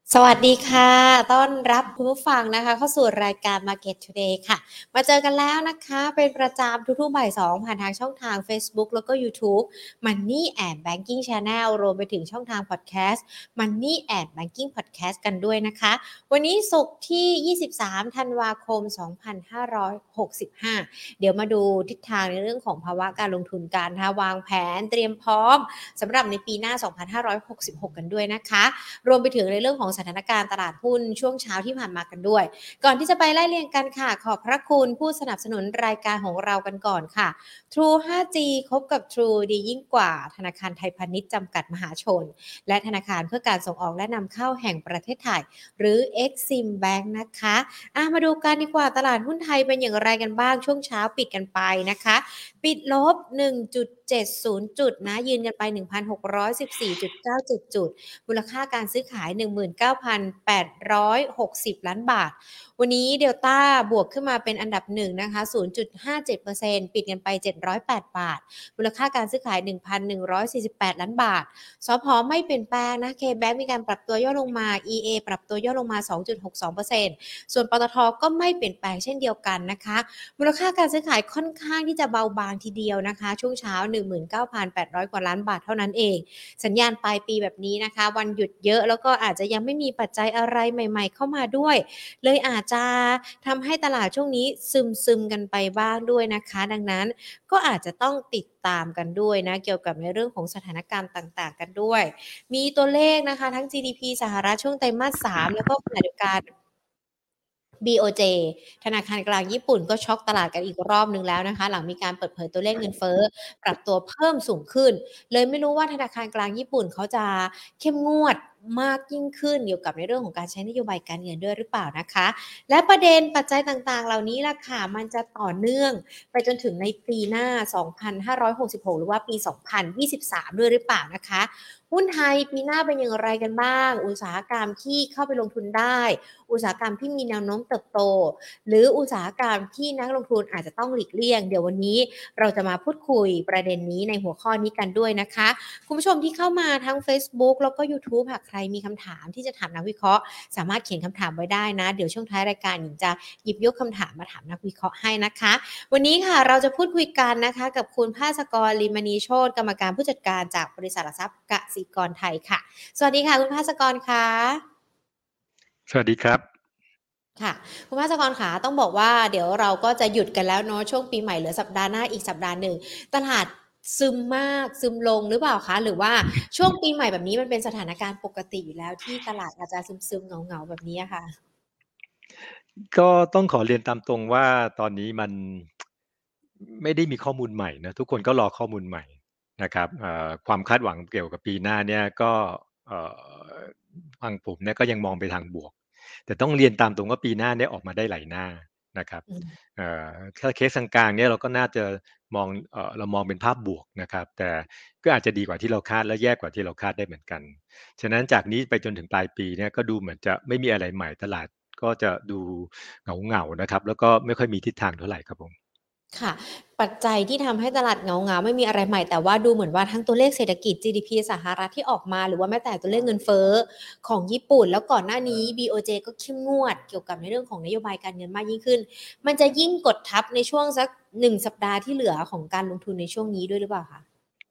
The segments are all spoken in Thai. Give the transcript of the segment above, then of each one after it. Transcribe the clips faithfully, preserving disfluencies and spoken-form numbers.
สวัสดีค่ะต้อนรับคุณผู้ฟังนะคะเข้าสู่รายการ Market Today ค่ะมาเจอกันแล้วนะคะเป็นประจำทุกๆบ่ายสองผ่านทางช่องทางเฟซบุ๊กแล้วก็ยูทูบ Money and Banking Channel รวมไปถึงช่องทางพอดแคสต์ Money and Banking Podcast กันด้วยนะคะวันนี้ศุกร์ที่ยี่สิบสามธันวาคมสองพันห้าร้อยหกสิบห้าเดี๋ยวมาดูทิศทางในเรื่องของภาวะการลงทุนกันนะคะวางแผนเตรียมพร้อมสำหรับในปีหน้าสองพันห้าร้อยหกสิบหกกันด้วยนะคะรวมไปถึงในเรื่องของสถานการณ์ตลาดหุ้นช่วงเช้าที่ผ่านมากันด้วยก่อนที่จะไปไล่เรียงกันค่ะขอบพระคุณผู้สนับสนุนรายการของเรากันก่อนค่ะ True ไฟว์ จี คบกับ True ดียิ่งกว่าธนาคารไทยพาณิชย์จำกัดมหาชนและธนาคารเพื่อการส่งออกและนำเข้าแห่งประเทศไทยหรือ Exim Bank นะคะอ่ะมาดูกันดีกว่าตลาดหุ้นไทยเป็นอย่างไรกันบ้างช่วงเช้าปิดกันไปนะคะปิดลบ หนึ่งจุดเจ็ดศูนย์ จุดนะยืนกันไป หนึ่งพันหกร้อยสิบสี่จุดเก้าเจ็ด จุดมูลค่าการซื้อขาย หนึ่งหมื่นเก้าพันแปดร้อยหกสิบ ล้านบาทวันนี้เดลต้าบวกขึ้นมาเป็นอันดับหนึ่งนะคะ ศูนย์จุดห้าเจ็ดเปอร์เซ็นต์ ปิดกันไปเจ็ดร้อยแปดบาทมูลค่าการซื้อขาย หนึ่งพันหนึ่งร้อยสี่สิบแปด ล้านบาทสผไม่เปลี่ยนแปลงนะ K-Bank มีการปรับตัวย่อลงมา อี เอ ปรับตัวย่อลงมา สองจุดหกสองเปอร์เซ็นต์ ส่วนปตทก็ไม่เปลี่ยนแปลงเช่นเดียวกันนะคะมูลค่าการซื้อขายค่อนข้างที่จะเบาบางทีเดียวนะคะช่วงเช้า หนึ่งหมื่นเก้าพันแปดร้อย กว่าล้านบาทเท่านั้นเองสัญญาณปลายปีแบบนี้นะคะวันหยุดเยอะแล้วก็อาจจะยังไม่มีปัจจัยอะไรใหม่ๆเข้ามาด้วยเลยอาจจะทำให้ตลาดช่วงนี้ซึมๆกันไปบ้างด้วยนะคะดังนั้นก็อาจจะต้องติดตามกันด้วยนะเกี่ยวกับในเรื่องของสถานการณ์ต่างๆกันด้วยมีตัวเลขนะคะทั้ง จี ดี พี สหรัฐช่วงไตรมาสสามแล้วก็ขณะเดียวกัน บี โอ เจ ธนาคารกลางญี่ปุ่นก็ช็อกตลาดกันอีกรอบหนึ่งแล้วนะคะหลังมีการเปิดเผยตัวเลขเงินเฟ้อปรับตัวเพิ่มสูงขึ้นเลยไม่รู้ว่าธนาคารกลางญี่ปุ่นเขาจะเข้มงวดมากยิ่งขึ้นเกี่ยวกับในเรื่องของการใช้นโยบายการเงินด้วยหรือเปล่านะคะและประเด็นปัจจัยต่างๆเหล่านี้ล่ะค่ะมันจะต่อเนื่องไปจนถึงในปีหน้าสองพันห้าร้อยหกสิบหกหรือว่าปีสองพันยี่สิบสามด้วยหรือเปล่านะคะหุ้นไทยปีหน้าเป็นอย่างไรกันบ้างอุตสาหกรรมที่เข้าไปลงทุนได้อุตสาหกรรมที่มีแนวโน้มเติบโตหรืออุตสาหกรรมที่นักลงทุนอาจจะต้องหลีกเลี่ยงเดี๋ยววันนี้เราจะมาพูดคุยประเด็นนี้ในหัวข้อนี้กันด้วยนะคะคุณผู้ชมที่เข้ามาทั้ง Facebook แล้วก็ YouTube หากใครมีคำถามที่จะถามนักวิเคราะห์สามารถเขียนคำถามไว้ได้นะเดี๋ยวช่วงท้ายรายการหญิงจะหยิบยกคำถามมาถามนักวิเคราะห์ให้นะคะวันนี้ค่ะเราจะพูดคุยกันนะคะกับคุณภาสกรลิมมณีโชติกรรมการผู้จัดการจากบริษัทหลักทรัพย์กสิกรไทยค่ะสวัสดีค่ะคุณภาสกรค่ะสวัสดีครับค่ะคุณภาสกรขาต้องบอกว่าเดี๋ยวเราก็จะหยุดกันแล้วเนาะช่วงปีใหม่เหลือสัปดาห์หน้าอีกสัปดาห์หนึ่งตลาดซึมมากซึมลงหรือเปล่าคะหรือว่าช่วงปีใหม่แบบนี้มันเป็นสถานการณ์ปกติอยู่แล้วที่ตลาดอาจจะซึมๆเหงาๆแบบนี้ค่ะก็ต้องขอเรียนตามตรงว่าตอนนี้มันไม่ได้มีข้อมูลใหม่นะทุกคนก็รอข้อมูลใหม่นะครับเอ่อความคาดหวังเกี่ยวกับปีหน้าเนี่ยก็เอ่อทางผมเนี่ยก็ยังมองไปทางบวกแต่ต้องเรียนตามตรงว่าปีหน้าเนี่ยออกมาได้หลายหน้านะครับอืมเอ่อถ้าเคสกลางๆเนี่ยเราก็น่าจะมองเอ่อเรามองเป็นภาพบวกนะครับแต่ก็อาจจะดีกว่าที่เราคาดและแย่กว่าที่เราคาดได้เหมือนกันฉะนั้นจากนี้ไปจนถึงปลายปีเนี่ยก็ดูเหมือนจะไม่มีอะไรใหม่ตลาดก็จะดูเหงาๆนะครับแล้วก็ไม่ค่อยมีทิศทางเท่าไหร่ครับผมค่ะปัจจัยที่ทำให้ตลาดเหงาๆไม่มีอะไรใหม่แต่ว่าดูเหมือนว่าทั้งตัวเลขเศรษฐกิจ จี ดี พี สหรัฐที่ออกมาหรือว่าแม้แต่ตัวเลขเงินเฟ้อของญี่ปุ่นแล้วก่อนหน้านี้ บี โอ เจ ก็เข้มงวดเกี่ยวกับในเรื่องของนโยบายการเงินมากยิ่งขึ้นมันจะยิ่งกดทับในช่วงสักหนึ่งสัปดาห์ที่เหลือของการลงทุนในช่วงนี้ด้วยหรือเปล่าคะ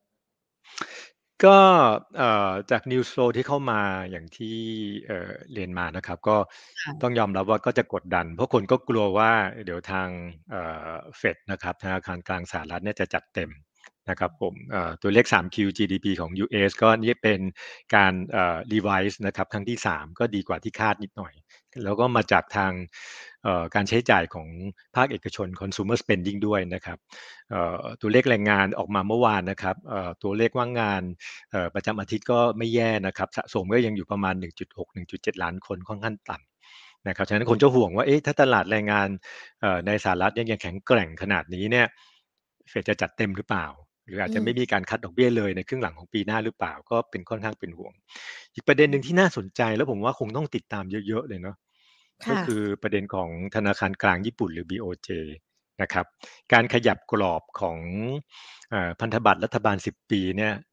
ก็เอ่อจาก News Flow ที่เข้ามาอย่างที่เอ่อเรียนมานะครับก็ต้องค่ะยอมรับว่าก็จะกดดันเพราะคนก็กลัวว่าเดี๋ยวทางเอ่อ Fed นะครับธนาคารกลางสหรัฐเนี่ยจะจัดเต็มนะครับผมเอ่อตัวเลข ทรี คิว จี ดี พี ของ ยู เอส ก็นี่เป็นการเอ่อ revise นะครับครั้งที่สามก็ดีกว่าที่คาดนิดหน่อยแล้วก็มาจากทางเอ่อการใช้จ่ายของภาคเอกชน consumer spending ด้วยนะครับเอ่อตัวเลขแรงงานออกมาเมื่อวานนะครับเอ่อตัวเลขว่างงาน เอ่อประจำอาทิตย์ก็ไม่แย่นะครับสะสมก็ยังอยู่ประมาณ หนึ่งจุดหก หนึ่งจุดเจ็ด ล้านคนค่อนข้างต่ำนะครับฉะนั้นคนจะห่วงว่าเอ๊ะถ้าตลาดแรงงานเอ่อในสหรัฐยังยังแข็งแกร่งขนาดนี้เนี่ยเฟดจะจัดเต็มหรือเปล่าหรืออาจจะไม่มีอืมการคัดดอกเบี้ยเลยในครึ่งหลังของปีหน้าหรือเปล่าก็เป็นค่อนข้างเป็นห่วงอีกประเด็นหนึ่งที่น่าสนใจแล้วผมว่าคงต้องติดตามเยอะๆเลยเนาะก็ค่ะคือประเด็นของธนาคารกลางญี่ปุ่นหรือ บี โอ เจ นะครับการขยับกรอบของเอ่อพันธบัตรรัฐบาลสิบปีเนี่ย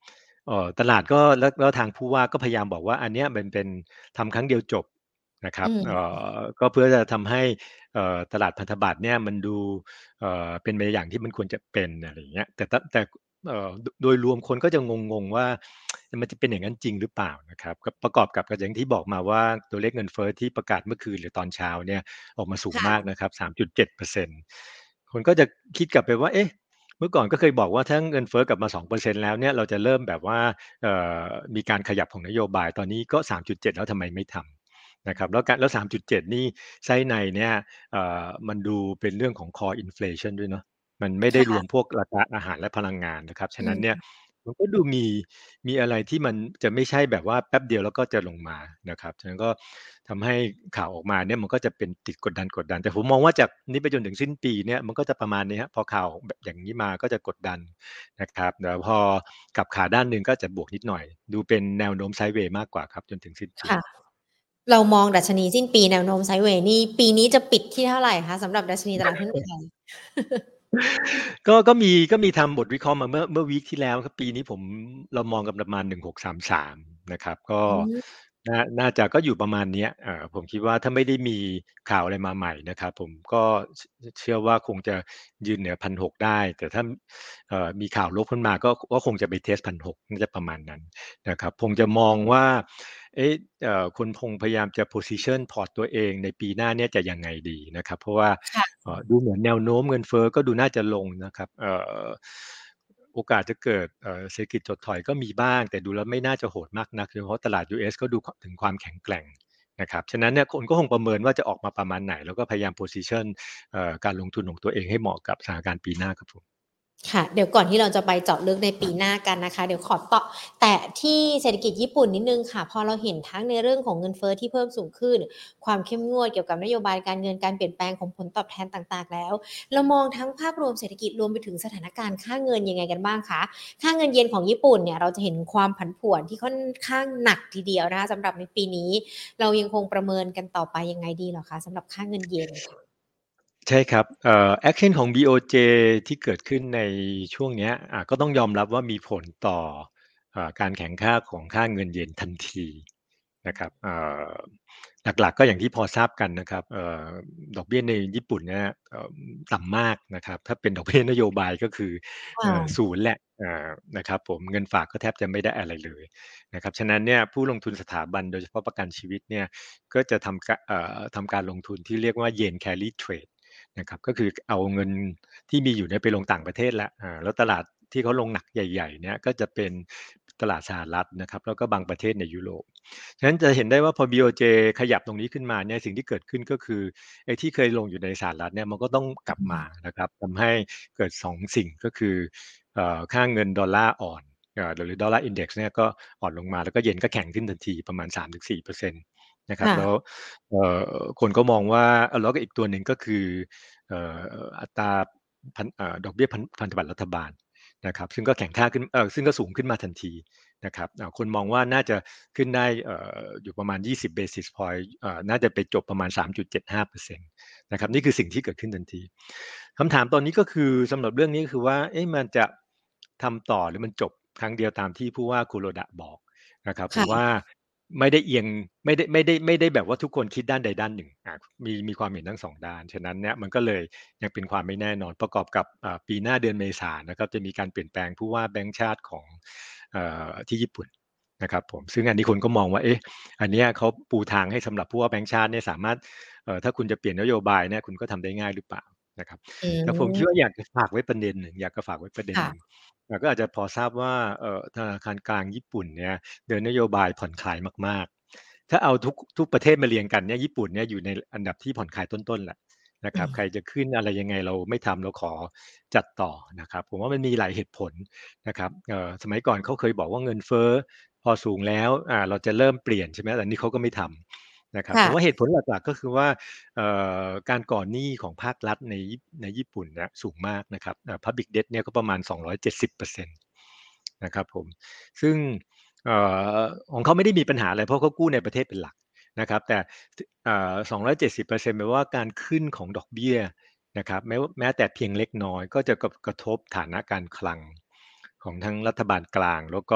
เอ่อตลาดก็แล้วแล้วทางผู้ว่าก็พยายามบอกว่าอันเนี้ยมันเป็นทำครั้งเดียวจบนะครับเอ่อืมอก็เพื่อจะทำให้เอ่อตลาดพันธบัตรเนี่ยมันดูเอ่อเป็นไปอย่างที่มันควรจะเป็นอะไรอย่างเงี้ยแต่ตแต่เอ่อโดโดยรวมคนก็จะงงๆว่ามันจะเป็นอย่างนั้นจริงหรือเปล่านะครับก็ประกอบกับอย่างที่บอกมาว่าตัวเลขเงินเฟ้อที่ประกาศเมื่อคืนหรือตอนเช้าเนี่ยออกมาสูงมากค่ะนะครับสามจุดเจ็ดเปอร์เซ็นต์คนก็จะคิดกลับไปว่าเอ๊ะ เมื่อก่อนก็เคยบอกว่าถ้าเงินเฟ้อกลับมาสองเปอร์เซ็นต์แล้วเนี่ยเราจะเริ่มแบบว่าเอ่อมีการขยับของนโยบายตอนนี้ก็สามจุดเจ็ดแล้วทำไมไม่ทำนะครับแล้วการแล้วสามจุดเจ็ดนี่ไส้ในเนี่ยเอ่อมันดูเป็นเรื่องของ core inflation ด้วยเนาะมันไม่ได้รวมค่ะพวกราคาอาหารและพลังงานนะครับฉะอืนั้นเนี่ยมมันก็ดูมีมีอะไรที่มันจะไม่ใช่แบบว่าแป๊บเดียวแล้วก็จะลงมานะครับฉะนั้นก็ทำให้ข่าวออกมาเนี่ยมันก็จะเป็นติดกดดันกดดันแต่ผมมองว่าจากนี้ไปจนถึงสิ้นปีเนี่ยมันก็จะประมาณนี้ครับพอข่าวแบบอย่างนี้มาก็จะกดดันนะครับเดี๋ยวพอกลับขาด้านหนึ่งก็จะบวกนิดหน่อยดูเป็นแนวโน้มไซด์เวย์มากกว่าครับจนถึงสิ้นปีค่ะเรามองดัชนีสิ้นปีแนวโน้มไซด์เวย์นี่ปีนี้จะปิดที่เท่าไรคะสำหรับดัชนีตลาดหุ้นไทยก็ก็มีก็มีทำบทวิเคราะห์มาเมื่อเมื่อวีคที่แล้วครับปีนี้ผมเรามองกันประมาณหนึ่งพันหกร้อยสามสิบสามนะครับก็อืมน่าน่าจะก็อยู่ประมาณเนี้ยอ่าผมคิดว่าถ้าไม่ได้มีข่าวอะไรมาใหม่นะครับผมก็ชเชื่อว่าคงจะยืนเหนือหนึ่งพันหกร้อยได้แต่ถ้าเอ่อมีข่าวลบขึ้นมาก็ก็คงจะไปเทสต์หนึ่งพันหกร้อยน่าจะประมาณนั้นนะครับคงจะมองว่าเอ๊ะเอ่อคุณพงษ์พยายามจะ position พอร์ตตัวเองในปีหน้าเนี่ยจะยังไงดีนะครับเพราะว่าค่ะเอ่อดูเหมือนแนวโน้มเงินเฟ้อก็ดูน่าจะลงนะครับเอ่อโอกาสจะเกิดเอ่อเศรษฐกิจถดถอยก็มีบ้างแต่ดูแล้วไม่น่าจะโหดมากนักโดยเฉพาะตลาด ยู เอส ก็ดูถึงความแข็งแกร่งนะครับฉะนั้นเนี่ยคนก็คงประเมินว่าจะออกมาประมาณไหนแล้วก็พยายาม position เอ่อการลงทุนของตัวเองให้เหมาะกับสถานการณ์ปีหน้าครับผมค่ะเดี๋ยวก่อนที่เราจะไปเจาะลึกในปีหน้ากันนะคะเดี๋ยวขอเตาะแตะที่เศรษฐกิจญี่ปุ่นนิดหนึ่งค่ะพอเราเห็นทั้งในเรื่องของเงินเฟ้อที่เพิ่มสูงขึ้นความเข้มงวดเกี่ยวกับนโยบายการเงินการเปลี่ยนแปลงของผลตอบแทนต่างๆแล้วเรามองทั้งภาพรวมเศรษฐกิจรวมไปถึงสถานการณ์ค่าเงินยังไงกันบ้างคะค่าเงินเยนของญี่ปุ่นเนี่ยเราจะเห็นความผันผวนที่ค่อนข้างหนักทีเดียวนะคะสำหรับในปีนี้เรายังคงประเมินกันต่อไปยังไงดีเหรอคะสำหรับค่าเงินเยนใช่ครับเอ่อแอกชันของ บี โอ เจ ที่เกิดขึ้นในช่วงเนี้ยอ่าก็ต้องยอมรับว่ามีผลต่ออ่าการแข่งค่าของค่าเงินเยนทันทีนะครับเอ่อหลักๆก็อย่างที่พอทราบกันนะครับเอ่อดอกเบี้ยในญี่ปุ่นเนี่ยเอ่อต่ำมากนะครับถ้าเป็นดอกเบี้ยนโยบายก็คือเอ่อค่ะศูนย์แหละอ่านะครับผมเงินฝากก็แทบจะไม่ได้อะไรเลยนะครับฉะนั้นเนี่ยผู้ลงทุนสถาบันโดยเฉพาะประกันชีวิตเนี่ยก็จะทำกะเอ่อทำการลงทุนที่เรียกว่า Yen Carry Trade นะครับก็คือเอาเงินที่มีอยู่เนี่ยไปลงต่างประเทศแล้วอ่าแล้วตลาดที่เขาลงหนักใหญ่ๆเนี่ยก็จะเป็นตลาดสหรัฐนะครับแล้วก็บางประเทศในยุโรปฉะนั้นจะเห็นได้ว่าพอ บี โอ เจ ขยับตรงนี้ขึ้นมาเนี่ยสิ่งที่เกิดขึ้นก็คือไอ้ที่เคยลงอยู่ในสหรัฐเนี่ยมันก็ต้องกลับมานะครับทำให้เกิดสองสิ่งก็คือเอ่อค่าเงินดอลลาร์อ่อนเอ่อหรือดอลลาร์อินเด็กซ์เนี่ยก็อ่อนลงมาแล้วก็เยนก็แข็งขึ้นทันทีประมาณสามถึงสี่เปอร์เซ็นต์นะครับค่ะแล้วเอ่อคนก็มองว่าแล้วก็อีกตัวหนึ่งก็คือ เอ่ออัตราพันเอ่อดอกเบี้ยพันพันธบัตรรัฐบาลนะครับซึ่งก็แข่งค่าขึ้นเอ่อซึ่งก็สูงขึ้นมาทันทีนะครับอ่าคนมองว่าน่าจะขึ้นได้เอ่ออยู่ประมาณยี่สิบ basis point เอ่อน่าจะไปจบประมาณสามจุดเจ็ดห้าเปอร์เซ็นต์นะครับนี่คือสิ่งที่เกิดขึ้นทันทีคำถามตอนนี้ก็คือสำหรับเรื่องนี้คือว่าเอ๊ะมันจะทำต่อหรือมันจบครั้งเดียวตามที่ผู้ว่าคุโรดะบอกนะครับผมว่าค่ะไม่ได้เอียงไม่ได้ไม่ได้ไม่ได้แบบว่าทุกคนคิดด้านใดด้านหนึ่งอ่ามีมีความเห็นทั้งสองด้านฉะนั้นเนี่ยมันก็เลยยังเป็นความไม่แน่นอนประกอบกับอ่าปีหน้าเดือนเมษายนนะครับจะมีการเปลี่ยนแปลงผู้ว่าแบงก์ชาติของเอ่อที่ญี่ปุ่นนะครับผมซึ่งอันนี้คนก็มองว่าเอ๊ะอันเนี้ยเขาปูทางให้สำหรับผู้ว่าแบงก์ชาติเนี่ยสามารถเอ่อถ้าคุณจะเปลี่ยนนโยบายเนี่ยคุณก็ทำได้ง่ายหรือเปล่านะครับอืแต่ผมคิดว่ามอยากจะฝากไว้ประเด็นหนึ่งอยากจะฝากไว้ประเด็นหนึ่งค่ะอ่าก็อาจจะพอทราบว่าเอ่อธนาคารกลางญี่ปุ่นเนี่ย เดินนโยบายผ่อนคลายมากๆ ถ้าเอาทุกทุกประเทศมาเรียงกันเนี่ยญี่ปุ่นเนี่ยอยู่ในอันดับที่ผ่อนคลายต้นๆแหละนะครับใครอืมจะขึ้นอะไรยังไงเราไม่ทำเราขอจัดต่อนะครับผมว่ามันมีหลายเหตุผลนะครับเอ่อสมัยก่อนเขาเคยบอกว่าเงินเฟ้อพอสูงแล้วอ่าเราจะเริ่มเปลี่ยนใช่ไหมแต่นี่เขาก็ไม่ทำนะครับผมว่าเหค่ะตุผลหลักๆก็คือว่าเอ่อการก่อหนี้ของภาครัฐในในญี่ปุ่นเนี่ยสูงมากนะครับอ่า Public Debt เนี่ยก็ประมาณสองร้อยเจ็ดสิบเปอร์เซ็นต์นะครับผมซึ่ง เอ่อของเขาไม่ได้มีปัญหาอะไรเพราะเขากู้ในประเทศเป็นหลักนะครับแต่เอ่อสองร้อยเจ็ดสิบเปอร์เซ็นต์แปลว่าการขึ้นของดอกเบี้ยนะครับแม้แม้แต่เพียงเล็กน้อยก็จะกระกระทบฐานะการคลังของทั้งรัฐบาลกลางแล้วก็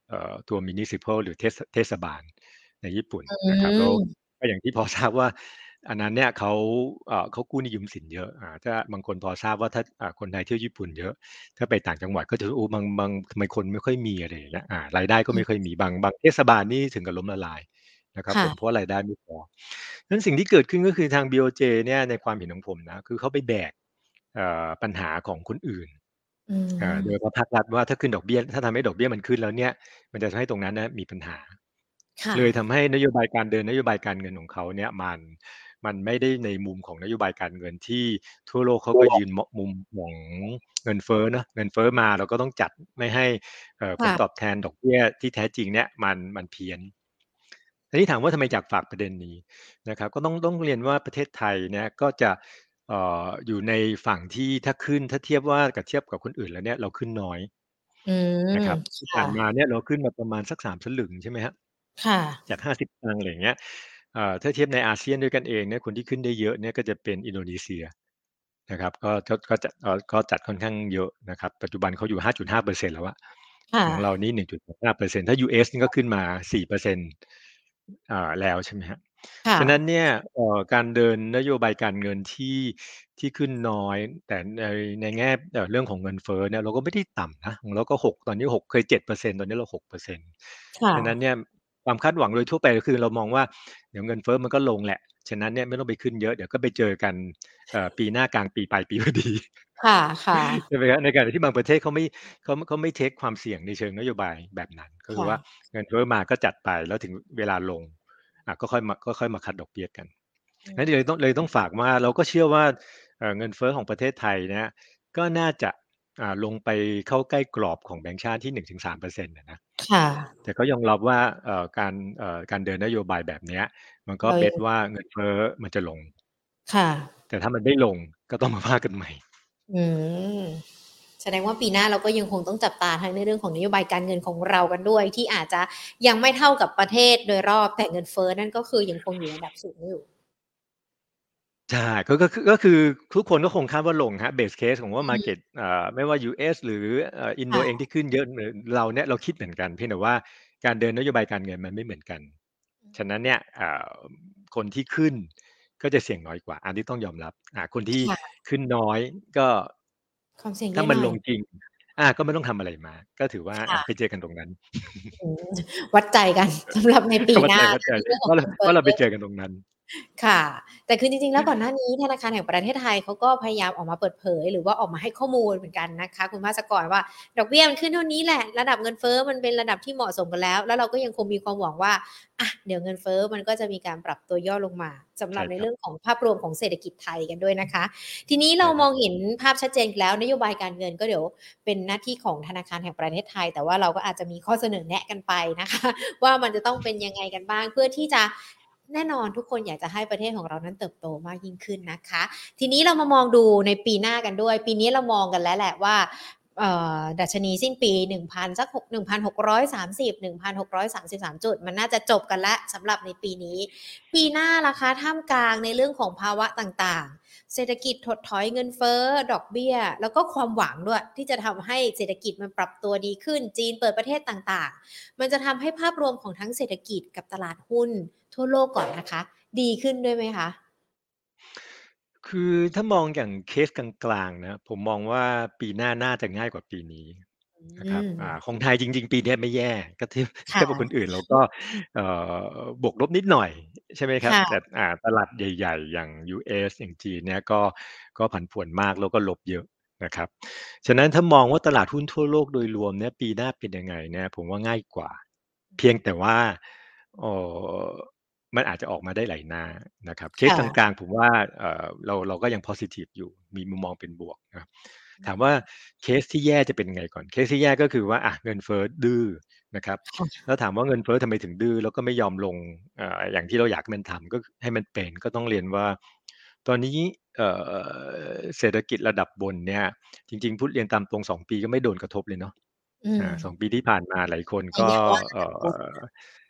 เอ่อตัว municipal หรือเทศเทศบาลในญี่ปุ่นอืนะครับแล้วมก็อย่างที่พอทราบว่าอันนั้นเนี่ยเขาเอ่อเขากู้หนี้ยืมสินเยอะอ่าถ้าบางคนพอทราบว่าถ้าอ่าคนไทยเที่ยวญี่ปุ่นเยอะถ้าไปต่างจังหวัดก็จะโอ้บางบางทำไมคนไม่ค่อยมีอะไรอย่างเงี้ยอ่ารายได้ก็ไม่ค่อยมีบางบางเทศบาลนี่ถึงกับล้มละลายนะครับผมเพราะค่ะว่ารายได้ไม่พอนั้นสิ่งที่เกิดขึ้นก็คือทาง บี โอ เจ เนี่ยในความเห็นของผมนะคือเขาไปแบกเอ่อปัญหาของคนอื่นอือ่าโดยมเฉพาะภาครัฐว่าถ้าขึ้นดอกเบี้ยถ้าทำให้ดอกเบี้ยมันขึ้นแล้วเนี่ยมันจะทำให้ตรงนั้นน่ะมีปัญหาค่ะเลยทำให้นโยบายการเดินนโยบายการเงินของเขาเนี่ยมันมันไม่ได้ในมุมของนโยบายการเงินที่ทั่วโลกเขาก็ยืนมมุมของเงินเฟ้อเนาะเงินเฟ้อมาเราก็ต้องจัดไม่ให้เอ่อผลตอบค่ะแทนดอกเบี้ยที่แท้จริงเนี่ยมันมันเพี้ยนทีนี้ถามว่าทำไมอยากฝากประเด็นนี้นะครับก็ต้องต้องเรียนว่าประเทศไทยเนี่ยก็จะ เอ่ออยู่ในฝั่งที่ถ้าขึ้นถ้าเทียบว่ากับเทียบกับคนอื่นแล้วเนี่ยเราขึ้นน้อยอืมนะครับที่ผ่านมาค่ะเนี่ยเราขึ้นมาประมาณสักสามสลึงใช่ไหมครับค่ะจากห้าสิบตังค์อะไรอย่างเงี้ยเอ่อถ้าเทียบในอาเซียนด้วยกันเองเนี่ยคนที่ขึ้นได้เยอะเนี่ยก็จะเป็นอินโดนีเซียนะครับก็ก็ก็จะเอ่อก็จัดค่อนข้างเยอะนะครับปัจจุบันเขาอยู่ห้าจุดห้าเปอร์เซ็นต์แล้วอะค่ะของเรานี่หนึ่งจุดหกห้าเปอร์เซ็นต์ถ้า ยู เอส นี่ก็ขึ้นมาสี่เปอร์เซ็นต์อ่าแล้วใช่ไหมครับค่ะฉะนั้นเนี่ยเอ่อการเดินนโยบายการเงินที่ที่ขึ้นน้อยแต่ในในแง่เอ่อเรื่องของเงินเฟ้อเนี่ยเราก็ไม่ได้ต่ำนะของเราก็หกตอนนี้หกเคยเจ็ดเปอร์เซ็นต์ตอนนี้เราหกเปอร์เซ็นต์ค่ะฉะนั้นเนี่ยความคาดหวังโดยทั่วไปก็คือเรามองว่าเดี๋ยวเงินเฟ้อมันก็ลงแหละฉะนั้นเนี่ยไม่ต้องไปขึ้นเยอะเดี๋ยวก็ไปเจอกันเอ่อปีหน้ากลางปีปลายปีพอดีค่ะค่ะใช่ไหมครับในขณะที่บางประเทศเขาไม่เขาเขาไม่เทคความเสี่ยงในเชิงนโยบายแบบนั้นก็คือค่ะว่าเงินเฟ้อมาก็จัดไปแล้วถึงเวลาลงอ่ะก็ค่อยมาก็ค่อยมาคัดดอกเบี้ยกันอืนั้นเลยต้องเลยต้องฝากว่าเราก็เชื่อว่าเอ่อเงินเฟ้อของประเทศไทยเนี่ยก็น่าจะอ่าลงไปเข้าใกล้กรอบของแบงก์ชาติที่หนึ่งถึงสามเปอร์เซ็นต์นะนะค่ะแต่ก็ยอมรับว่าเอ่อการเอ่อการเดินนโยบายแบบเนี้ยมันก็เรายังเบ็ดว่าเงินเฟ้อมันจะลงค่ะแต่ถ้ามันไม่ลงก็ต้องมาว่ากันใหม่อืมแสดงว่าปีหน้าเราก็ยังคงต้องจับตาทั้งในเรื่องของนโยบายการเงินของเรากันด้วยที่อาจจะยังไม่เท่ากับประเทศโดยรอบแต่เงินเฟ้อนั่นก็คือยังคงอยู่ในระดับสูงอยู่ใช่ก็ก็คือก็คือทุกคนก็คงคาดว่าลงครับ Base Case ของว่าอืม Market อ่าไม่ว่า ยู เอส หรือเอ่อ Indo เองค่ะที่ขึ้นเยอะหรือเราเนี่ยเราคิดเหมือนกันเพียงแต่ว่าการเดินนโยบายการเงินมันไม่เหมือนกันฉะนั้นเนี่ยอ่าคนที่ขึ้นก็จะเสี่ยงน้อยกว่าอันนี้ต้องยอมรับอ่าคนที่ค่ะขึ้นน้อยก็ความเสี่ยงเยถ้ามันอะหน่อยลงจริงอาก็ไม่ต้องทำอะไรมากก็ถือว่าอาไปค่ะเจอกันตรงนั้นอืมวัดใจกันสำหรับในปีเข้าหน้าใจเข้าใจในเรื่องของว่าเราเงินเฟ้อว่าเราไปเจอกันตรงนั้นค่ะแต่คือจริงๆแล้วก่อนหน้านี้ธนาคารแห่งประเทศไทยเขาก็พยายามออกมาเปิดเผยหรือว่าออกมาให้ข้อมูลเหมือนกันนะคะคุณภาสกรว่าดอกเบี้ยมันขึ้นเท่านี้แหละระดับเงินเฟ้อมันเป็นระดับที่เหมาะสมกันแล้วแล้วเราก็ยังคงมีความหวังว่าอะเดี๋ยวเงินเฟ้อมันก็จะมีการปรับตัวย่อลงมาสำหรับในใช่ครับเรื่องของภาพรวมของเศรษฐกิจไทยกันด้วยนะคะทีนี้เราใช่ครับมองเห็นภาพชัดเจนแล้วนโยบายการเงินก็เดี๋ยวเป็นหน้าที่ของธนาคารแห่งประเทศไทยแต่ว่าเราก็อาจจะมีข้อเสนอแนะกันไปนะคะว่ามันจะต้องเป็นยังไงกันบ้างเพื่อที่จะ แน่นอนทุกคนอยากจะให้ประเทศของเรานั้นเติบโตมากยิ่งขึ้นนะคะทีนี้เรามามองดูในปีหน้ากันด้วยปีนี้เรามองกันแล้วแหละว่าเอ่อดัชนีสิ้นปีหนึ่งพันสักหกหนึ่งพันหกร้อยสามสิบ หนึ่งพันหกร้อยสามสิบสามจุดมันน่าจะจบกันแล้วสำหรับในปีนี้ปีหน้าล่ะคะท่ามกลางในเรื่องของภาวะต่างๆเศรษฐกิจถดถอยเงินเฟ้อดอกเบี้ยแล้วก็ความหวังด้วยที่จะทำให้เศรษฐกิจมันปรับตัวดีขึ้นจีนเปิดประเทศต่างๆ มันจะทำให้ภาพรวมของทั้งเศรษฐกิจกับตลาดหุ้นทั่วโลกก่อนนะคะดีขึ้นด้วยไหมคะคือถ้ามองอย่างเคสกลางๆนะผมมองว่าปีหน้าน่าจะง่ายกว่าปีนี้นะอืครับมอ่าของไทยจริงๆปีเนี้ยไม่แย่ก็เทียบเทียบกับคนค่ะอื่นเราก็เอ่อบวกลบนิดหน่อยใช่ไหมครับแต่ค่ะอ่าตลาดใหญ่ๆอย่าง ยู เอส อย่างจีนเนี่ยก็ก็ผันผวนมากแล้วก็ลบเยอะนะครับฉะนั้นถ้ามองว่าตลาดหุ้นทั่วโลกโดยรวมเนี่ยปีหน้าเป็นยังไงเนี่ยผมว่าง่ายกว่าเพียงแต่ว่าเอ่อ มันอาจจะออกมาได้หลายหน้านะครับเคสกลาค่ะงๆผมว่าเอ่อเราเราก็ยัง positive อยู่มีมุมมองเป็นบวกนะครับถามว่าเคสที่แย่จะเป็นไงก่อนเคสที่แย่ก็คือว่าอะเงินเฟ้อดื้อนะครับค่ะแล้วถามว่าเงินเฟ้อทำไมถึงดื้อแล้วก็ไม่ยอมลงเอ่ออย่างที่เราอยากให้มันทำก็ให้มันเป็นก็ต้องเรียนว่าตอนนี้เอ่อเศรษฐกิจระดับบนเนี่ยจริงๆพูดเรียนตามตรงสองปีก็ไม่โดนกระทบเลยเนาะอืมอ่าสองปีที่ผ่านมาหลายคนแต่ก็อย่าว่าระเอ่ดับบนอ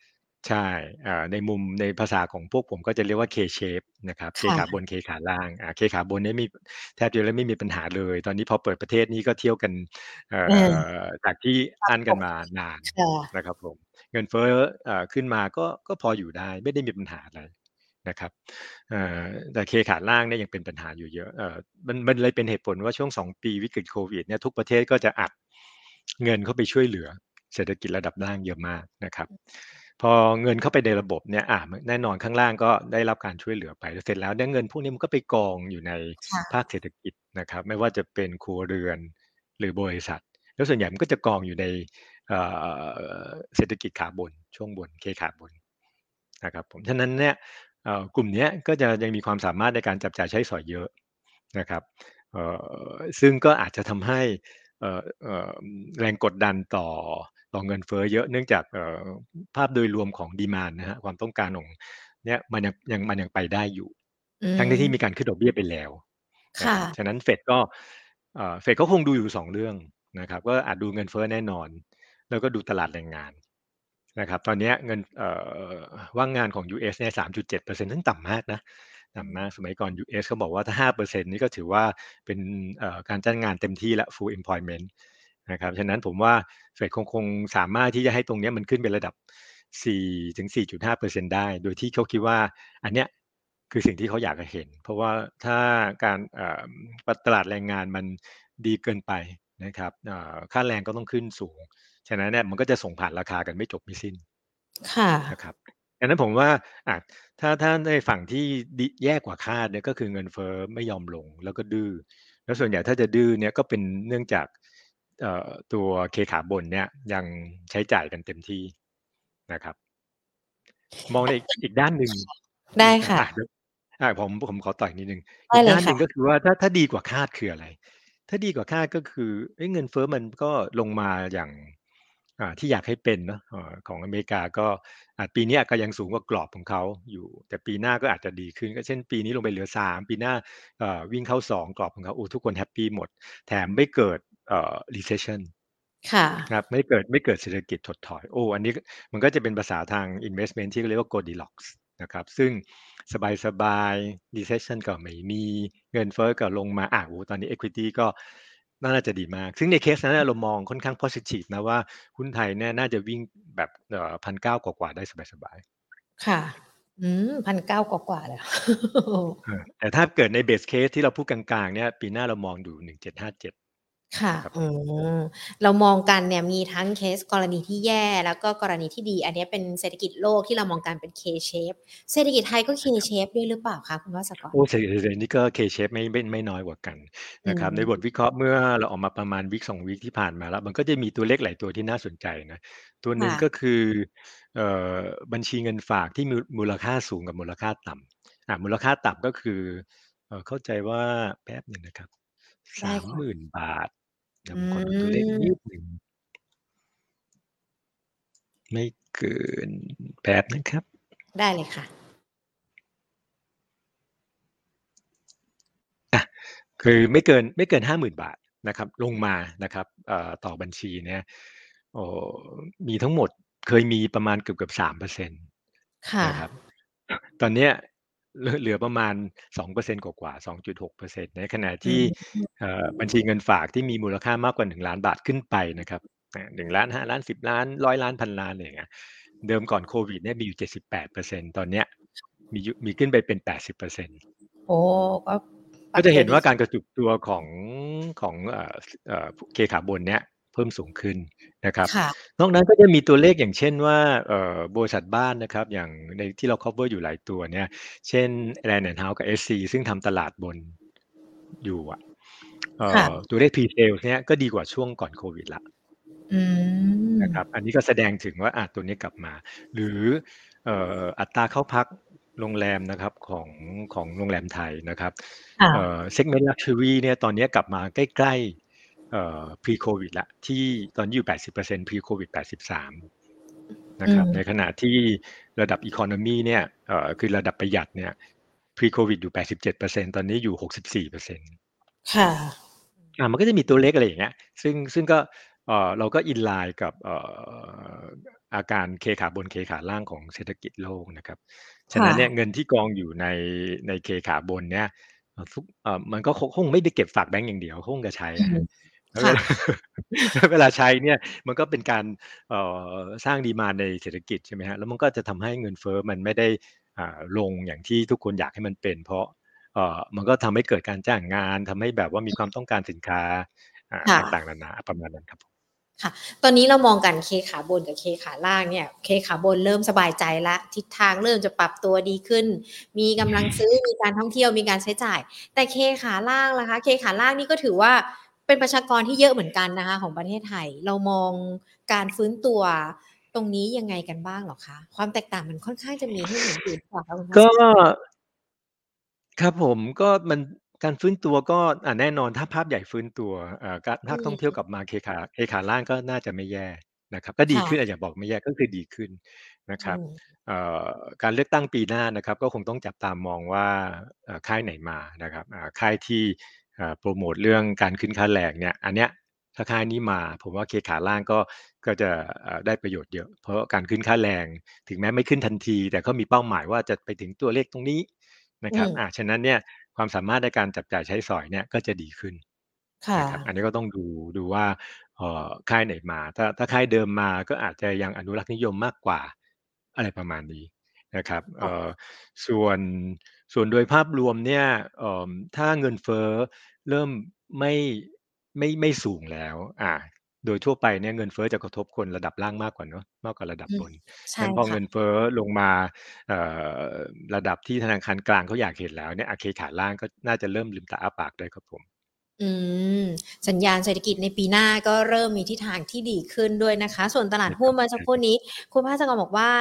ใช่อ่าในมุมในภาษาของพวกผมก็จะเรียกว่า K shape นะครับ K ขาบค่ะน K ขาล่างอ่า K ขาบนเนี่ยมีแทบจะแล้วไม่มีปัญหาเลยตอนนี้พอเปิดประเทศนี้ก็เที่ยวกันเอ่เอออจากที่อั้นปกกันมานานค่ะนะครับผมเงินเฟ้อเอ่อขึ้นมาก็ก็พออยู่ได้ไม่ได้มีปัญหาอะไรนะครับเอ่อแต่ K ขาล่างเนี่ยยังเป็นปัญหาอยู่เยอะเอ่อมันมันเลยเป็นเหตุผลว่าช่วงสองปีวิกฤตโควิดเนี่ยทุกประเทศก็จะอัดเงินเข้าไปช่วยเหลือเศรษฐกิจระดับล่างเยอะมากนะครับ พอเงินเข้าไปในระบบเนี่ยอ่าแน่นอนข้างล่างก็ได้รับการช่วยเหลือไปเสร็จแล้วเนี่ยเงินพวกนี้มันก็ไปกองอยู่ในภาค่ะคเศรษฐกิจนะครับไม่ว่าจะเป็นครัวเรือนหรือบริษัทแล้วส่วนใหญ่มันก็จะกองอยู่ในเอ่อเศรษฐกิจขาบนช่วงบนเคขาบนนะครับผมฉะนั้นเนี่ยเอ่อกลุ่มเนี้ยก็จะยังมีความสามารถในการจับจ่ายใช้สอยเยอะนะครับเอ่อซึ่งก็อาจจะทำให้เอ่อเอ่อแรงกดดันต่อต่อเงินเฟ้อเยอะเนื่องจากเอ่อ ภาพโดยรวมของดีมานนะฮะความต้องการของเนี่ยมันยังยังมันยังไปได้อยู่อืทั้งที่มีมการขึ้นดอกเบี้ยไปแล้วนะคค่ะรับฉะนั้นเฟดก็เอ่อเฟดก็คงดูอยู่สองเรื่องนะครับก็อาจดูเงินเฟ้อแน่นอนแล้วก็ดูตลาดแรงงานนะครับตอนนี้เงินเอ่อว่างงานของ ยู เอส เนี่ยสามจุดเจ็ดเปอร์เซ็นต์ซึ่งต่ำมากนะต่ำมากสมัยก่อน ยู เอส เขาบอกว่าถ้าห้าเปอร์เซ็นต์นี่ก็ถือว่าเป็นเอ่อการจ้างงานเต็มที่และ full employment นะครับฉะนั้นผมว่าเฟดคงคงสามารถที่จะให้ตรงนี้มันขึ้นเป็นระดับสี่ถึงสี่จุดห้าเปอร์เซ็นต์ได้โดยที่เขาคิดว่าอันเนี้ยคือสิ่งที่เขาอยากจะเห็นเพราะว่าถ้าการเอ่อตลาดแรงงานมันดีเกินไปนะครับเอ่อค่าแรงก็ต้องขึ้นสูงฉะนั้นเนี่ยมันก็จะส่งผ่านราคากันไม่จบไม่สิ้นค่ะนะครับดังนั้นผมว่าอ่ะถ้าถ้าในฝั่งที่ดีแย่กว่าคาดเนี่ยก็คือเงินเฟ้อไม่ยอมลงแล้วก็ดื้อแล้วส่วนใหญ่ถ้าจะดื้อเนี่ยก็เป็นเนื่องจาก เอ่อตัวเคขาบนเนี่ยยังใช้จ่ายกันเต็มที่นะครับมองในอีกอีกด้านหนึ่งได้อีกอ่ะค่ะอ่ะเดี๋ยวอ่ะผมผมขอต่ออีกนิดหนึ่งได้เลยค่ะอีกด้านหนึ่งก็คือว่าถ้าถ้าดีกว่าคาดคืออะไรถ้าดีกว่าคาดก็คือเอ้ยเงินเฟ้อมันก็ลงมาอย่างอ่าที่อยากให้เป็นเนาะเอ่อของอเมริกาก็อ่าปีเนี้ยก็ยังสูงกว่ากรอบของเขาอยู่แต่ปีหน้าก็อาจจะดีขึ้นก็เช่นปีนี้ลงไปเหลือสามปีหน้าเอ่อวิ่งเข้าสองกรอบของเขาโอ้ทุกคนแฮปปีหมดแถมไม่เกิดเอ่อ recession ค่ะครับไม่เกิดไม่เกิดเศรษฐกิจถดถอยโอ้อันนี้มันก็จะเป็นภาษาทาง investment ที่เรียกว่า Goldilocks นะครับซึ่งสบายๆ recession ก็ไม่มีเงินเฟ้อก็ลงมาอ่ะโอ้ตอนนี้ equity ก็น่าจะดีมากซึ่งในเคสนั้นเนยเรามองค่อนข้าง positive นะว่าหุ้นไทยเนี่ยน่าจะวิ่งแบบเอ่อพันเก้ากว่าๆได้สบายค่ะอืมพันเก้ากว่าๆเลยๆเออแต่ถ้าเกิดใน base case ที่เราพูดกลางๆเนี่ยปีหน้าเรามองอยู่หนึ่งเจ็ดห้าเจ็ดค่ะอืนะครับผมมเรามองกันเนี่ยมีทั้งเคสกรณีที่แย่แล้วก็กรณีที่ดีอันเนี้ยเป็นเศรษฐกิจโลกที่เรามองกันเป็น K shape เศรษฐกิจไทยก็ K shape ด้วยหรือเปล่าคะคุณวาสกรโอ้เศรษฐกิจนี่ก็ K-shape ไม่ไม่ไม่น้อยกว่ากันอืนะครับในบทมวิเคราะห์เมื่อเราออกมาประมาณวีคสองวีคที่ผ่านมาแล้วมันก็จะมีตัวเลขหลายตัวที่น่าสนใจนะตัวหนึ่งก็ค่ะคือเอ่อบัญชีเงินฝากที่มีมูลค่าสูงกับมูลค่าต่ำอ่ามูลค่าต่ำก็คือเอ่อเข้าใจว่าแป๊บหนึ่งนะครับได้สามหค่ะมื่นบาทเดี๋ยวอืผมขอดูตัวเลขนิดมหนึ่งไม่เกินแป๊บนะครับได้เลยค่ะอะคือไม่เกินไม่เกินห้าหมื่นบาทนะครับลงมานะครับเอ่อต่อบัญชีเนี่ยโอ้มีทั้งหมดเคยมีประมาณเกือบๆสามเปอร์เซ็นต์ค่ะนะครับตอนเนี้ยเหลือเหลือประมาณสองเปอร์เซ็นต์กว่าๆสองจุดหกเปอร์เซ็นต์ในขณะอืที่มเอ่อบัญชีเงินฝากที่มีมูลค่ามากกว่าหนึ่งล้านบาทขึ้นไปนะครับอ่าหนึ่งล้านห้าล้านสิบล้านร้อยล้านพันล้านอะไรอย่างเงี้ยเดิมก่อนโควิดเนี่ยมีอยู่เจ็ดสิบแปดเปอร์เซ็นต์ตอนเนี้ยมีอยู่มีขึ้นไปเป็นแปดสิบเปอร์เซ็นต์โอ้ก็ปรับก็จะเห็นตัวดีว่าการกระจุกตัวของของเอ่อเอ่อเคขาบนเนี่ยเพิ่มสูงขึ้นนะครับค่ะนอกนั้นก็จะมีตัวเลขอย่างเช่นว่าเอ่อบริษัทบ้านนะครับอย่างในที่เรา cover อยู่หลายตัวเนี่ยเช่น Land and House กับ เอส ซี ซึ่งทำตลาดบนอยู่อะเอ่ค่ะอตัวเลข Pre-sales เนี่ยก็ดีกว่าช่วงก่อนโควิดละอืมนะครับอันนี้ก็แสดงถึงว่าอ่ะตัวนี้กลับมาหรือเอ่ออัตราเข้าพักโรงแรมนะครับของของโรงแรมไทยนะครับค่ะเอ่อ segment luxury เนี่ยตอนนี้กลับมาใกล้ๆเอ่อ pre covid ละที่ตอนนี้อยู่แปดสิบเปอร์เซ็นต์ pre covid แปดสิบสามนะอืมครับในขณะที่ระดับ economy เนี่ยเอ่อคือระดับประหยัดเนี่ย pre covid อยู่แปดสิบเจ็ดเปอร์เซ็นต์ตอนนี้อยู่หกสิบสี่เปอร์เซ็นต์ค่ะอ่ามันก็จะมีตัวเลขอะไรอย่างเงี้ยซึ่งซึ่งก็เอ่อเราก็อินไลน์กับเอ่ออาการเคขาบนเคขาล่างของเศรษฐกิจโลกนะครับฉะนั้นเนี่ยค่ะเงินที่กองอยู่ในในเคขาบนเนี่ยเอ่อทุกเอ่อมันก็คงคงไม่ได้เก็บฝากแบงก์อย่างเดียวคงจะใช้อืมอะครับแล้วเวค่ะลาแล้วเวลาใช้เนี่ยมันก็เป็นการเอ่อสร้างดีมานด์ในเศรษฐกิจใช่ไหมครับแล้วมันก็จะทำให้เงินเฟ้อมันไม่ได้อ่าลงอย่างที่ทุกคนอยากให้มันเป็นเพราะเอ่อมันก็ทำให้เกิดการจ้างงานทำให้แบบว่ามีความต้องการสินค้าอ่าค่ะต่างๆนานาประมาณนั้นครับผมค่ะตอนนี้เรามองกันเคขาบนกับเคขาล่างเนี่ยเคขาบนเริ่มสบายใจแล้วทิศทางเริ่มจะปรับตัวดีขึ้นมีกำลังซื้อมีการท่องเที่ยวมีการใช้จ่ายแต่เคขาล่างล่ะคะเคขาล่างนี่ก็ถือว่าเป็นประชากรที่เยอะเหมือนกันนะคะของประเทศไทยเรามองการฟื้นตัวตรงนี้ยังไงกันบ้างเหรอคะความแตกต่างมันค่อนข้างจะมีให้เห็นอยู่หรือเปล่าคะคุณพัก็ชรครับผมก็มันการฟื้นตัวก็อ่าแน่นอนถ้าภาพใหญ่ฟื้นตัวอ่าการอืภาคท่องเที่ยวมกลับมาเคขาเคขาล่างก็น่าจะไม่แย่นะครับก็ดีขึ้นอาค่ะอย่าบอกไม่แย่ก็คือดีขึ้นนะครับอืมเอ่อการเลือกตั้งปีหน้านะครับก็คงต้องจับตามองว่าเอ่อค่ายไหนมานะครับอ่าค่ายที่อ่าโพรโมตเรื่องการขึ้นค่าแรงเนี่ยอันเนี้ยถ้าค่ายนี้มาผมว่าเคขาล่างก็ก็จะเอ่อได้ประโยชน์เยอะเพราะการขึ้นค่าแรงถึงแม้ไม่ขึ้นทันทีแต่เขามีเป้าหมายว่าจะไปถึงตัวเลขตรงนี้ นะอืมครับอ่าฉะนั้นเนี่ยความสามารถในการจับจ่ายใช้สอยเนี่ยก็จะดีขึ้นค่ะนะครับอันนี้ก็ต้องดูดูว่าเอ่อค่ายไหนมาถ้าถ้าค่ายเดิมมาก็อาจจะยังอนุรักษ์นิยมมากกว่าอะไรประมาณนี้นะครับเอ่อค่ะส่วนส่วนโดยภาพรวมเนี่ยเอ่อถ้าเงินเฟ้อเริ่มไม่ไม่ไม่สูงแล้วอ่าโดยทั่วไปเนี่ยเงินเฟ้อจะกระทบคนระดับล่างมากกว่าเนาะมากกว่าระดับอืมบนใช่งั้นพอค่ะเงินเฟ้อลงมา เอ่อระดับที่ธนาคารกลางเขาอยากเห็นแล้วเนี่ยโอเคขาล่างก็น่าจะเริ่มลืมตาอ้าปากได้ครับผมอืมสัญญาณเศรษฐกิจในปีหน้าก็เริ่มมีทิศทางที่ดีขึ้นด้วยนะคะส่วนตลาดหุ้นใช่ครับเมื่อสักครู่ใช่นี้คุณภาสกรบอกว่า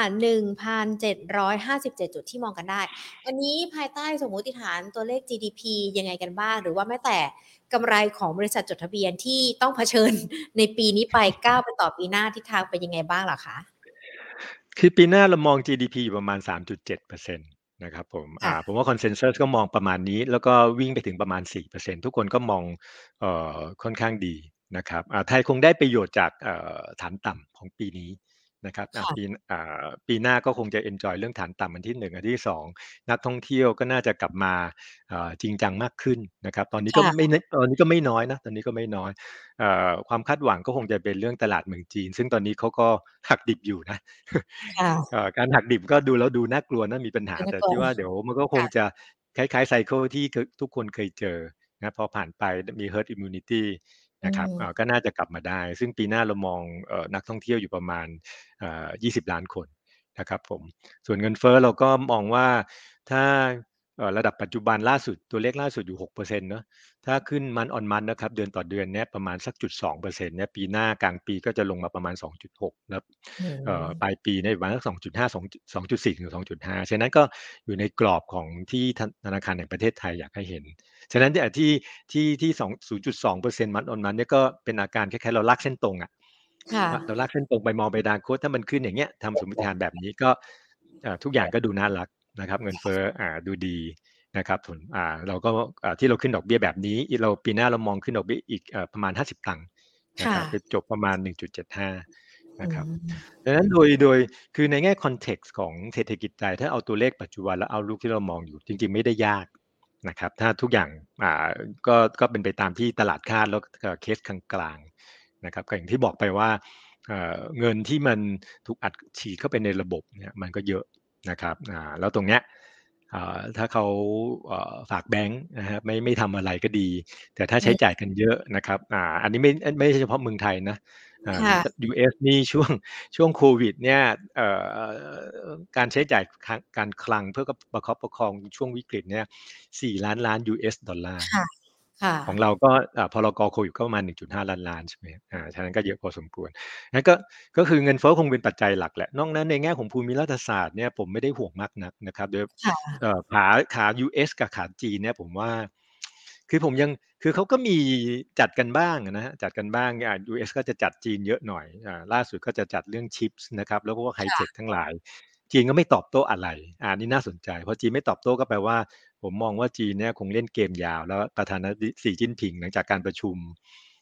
หนึ่งพันเจ็ดร้อยห้าสิบเจ็ดจุดที่มองกันได้อันนี้ภายใต้สมมุติฐานตัวเลข จี ดี พี ยังไงกันบ้างหรือว่าแม้แต่กำไรของบริษัทจดทะเบียนที่ต้องเผชิญในปีนี้ไปก้าวไปต่อปีหน้าทิศทางเป็นยังไงบ้างเหรอคะคือปีหน้าเรามอง จี ดี พี อยู่ประมาณสามจุดเจ็ดเปอร์เซ็นต์นะครับผมอ่าผมค่ะว่า Consensus ก็มองประมาณนี้แล้วก็วิ่งไปถึงประมาณสี่เปอร์เซ็นต์ทุกคนก็มองเอ่อค่อนข้างดีนะครับอ่าไทยคงได้ประโยชน์จากเอ่อฐานต่ำของปีนี้นะครับอ่าปีค่ะอ่าปีหน้าก็คงจะเอนจอยเรื่องฐานต่ำอันที่หนึ่งอันที่สองนักท่องเที่ยวก็น่าจะกลับมาอ่าจริงจังมากขึ้นนะครับตอนนี้ก็ไม่ค่ะนตอนนี้ก็ไม่น้อยนะตอนนี้ก็ไม่น้อยเอ่อความคาดหวังก็คงจะเป็นเรื่องตลาดเมืองจีนซึ่งตอนนี้เขาก็หักดิบอยู่นะ เอ่ค่ะอการหักดิบก็ดูแล้วดูน่ากลัวนะมีปัญหาแต่เป็นนักลงคิดว่าเดี๋ยวมันก็คงค่ะจะคล้ายๆไซเกิลที่เคยทุกคนเคยเจอนะพอผ่านไปมี herd immunity อืนะครับเอ่อมก็น่าจะกลับมาได้ซึ่งปีหน้าเรามองเอ่อนักท่องเที่ยวอยู่ประมาณเอ่อยี่สิบล้านคนนะครับผมส่วนเงินเฟ้อเราก็มองว่าถ้าเอ่อระดับปัจจุบันล่าสุดตัวเลขล่าสุดอยู่หกเปอร์เซ็นต์เนาะถ้าขึ้น month on month นะครับเดือนต่อเดือนเนี่ยประมาณสักจุดสองเปอร์เซ็นต์เนี่ยปีหน้ากลางปีก็จะลงมาประมาณสองจุดหกแล้วอืเอ่อปลายมปีเนี่ยอยู่ประมาณสักสองจุดห้า สอง สองจุดสี่ถึงสองจุดห้าฉะนั้นก็อยู่ในกรอบของที่ธธนาคารแห่งประเทศไทยอยากให้เห็นฉะนั้นเนี่ยที่ที่ที่สอง ศูนย์จุดสองเปอร์เซ็นต์ month on month เนี่ยก็เป็นอาการคล้ายๆเราลากเส้นตรงอะค่ะว่าเราลากเส้นตรงไปมองไปอนาคตถ้ามันขึ้นอย่างเงี้ยทำสมมติฐานแบบนี้ก็เอ่อทุกอย่างก็ดูน่ารักนะครับเงินเฟ้ออ่าดูดีนะครับผลอ่าเราก็อ่าที่เราขึ้นดอกเบี้ยแบบนี้เราปีหน้าเรามองขึ้นดอกเบี้ยอีกเอ่อประมาณห้าสิบตังค์นะคค่ะรับจะจบประมาณหนึ่งจุดเจ็ดห้าอืนะครับมดังนั้นโดยโดยคือในแง่คอนเท็กซ์ของเศรษฐกิจไทยถ้าเอาตัวเลขปัจจุบันและเอาลุกที่เรามองอยู่จริงๆไม่ได้ยากนะครับถ้าทุกอย่างอ่าก็ก็เป็นไปตามที่ตลาดคาดแล้วเคสกลางๆนะครับก็อย่างที่บอกไปว่าเอ่อเงินที่มันถูกอัดฉีดเข้าไปในระบบเนี่ยมันก็เยอะนะครับอ่าแล้วตรงเนี้ยอ่าถ้าเขาเอ่อฝากแบงค์นะครับไม่ไม่ทำอะไรก็ดีแต่ถ้าใช้จ่ายอืมกันเยอะนะครับอ่าอันนี้ไม่ไม่ใช่เฉพาะเมืองไทยนะอ่าค่ะยูเอสนี่ช่วง ช่วงโควิดเนี่ยเอ่อการใช้จ่ายคงการคลังเพื่อประคับประคองช่วงวิกฤตเนี่ยสี่ล้านล้านยูเอสดอลลาร์ค่ะค่ะของเราก็อ่าพรกโควิดก็ประมาณหนึ่งจุดห้าล้านล้านใช่ไหมอ่าฉะนั้นก็เยอะพอสมควรงั้นก็ก็คือเงินเฟ้อคงเป็นปัจจัยหลักแหละนอกนั้นในแง่ของภูมิรัฐศาสตร์เนี่ยผมไม่ได้ห่วงมากนักนะครับโดยค่ะเอ่อขาขา ยู เอส กับขาจีนเนี่ยผมว่าคือผมยังคือเขาก็มีจัดกันบ้างนะฮะจัดกันบ้างอ่า ยู เอส ก็จะจัดจีนเยอะหน่อยอ่าล่าสุดก็จะจัดเรื่องชิปส์นะครับแล้วก็พวกไฮเทคค่ะทั้งหลายจีนก็ไม่ตอบโต้อะไรอ่านี่น่าสนใจเพราะจีนไม่ตอบโต้ก็แปลว่าผมมองว่าจีนเนี่ยคงเล่นเกมยาวแล้วประธานาธิบดีสีจิ้นผิงหลังจากการประชุม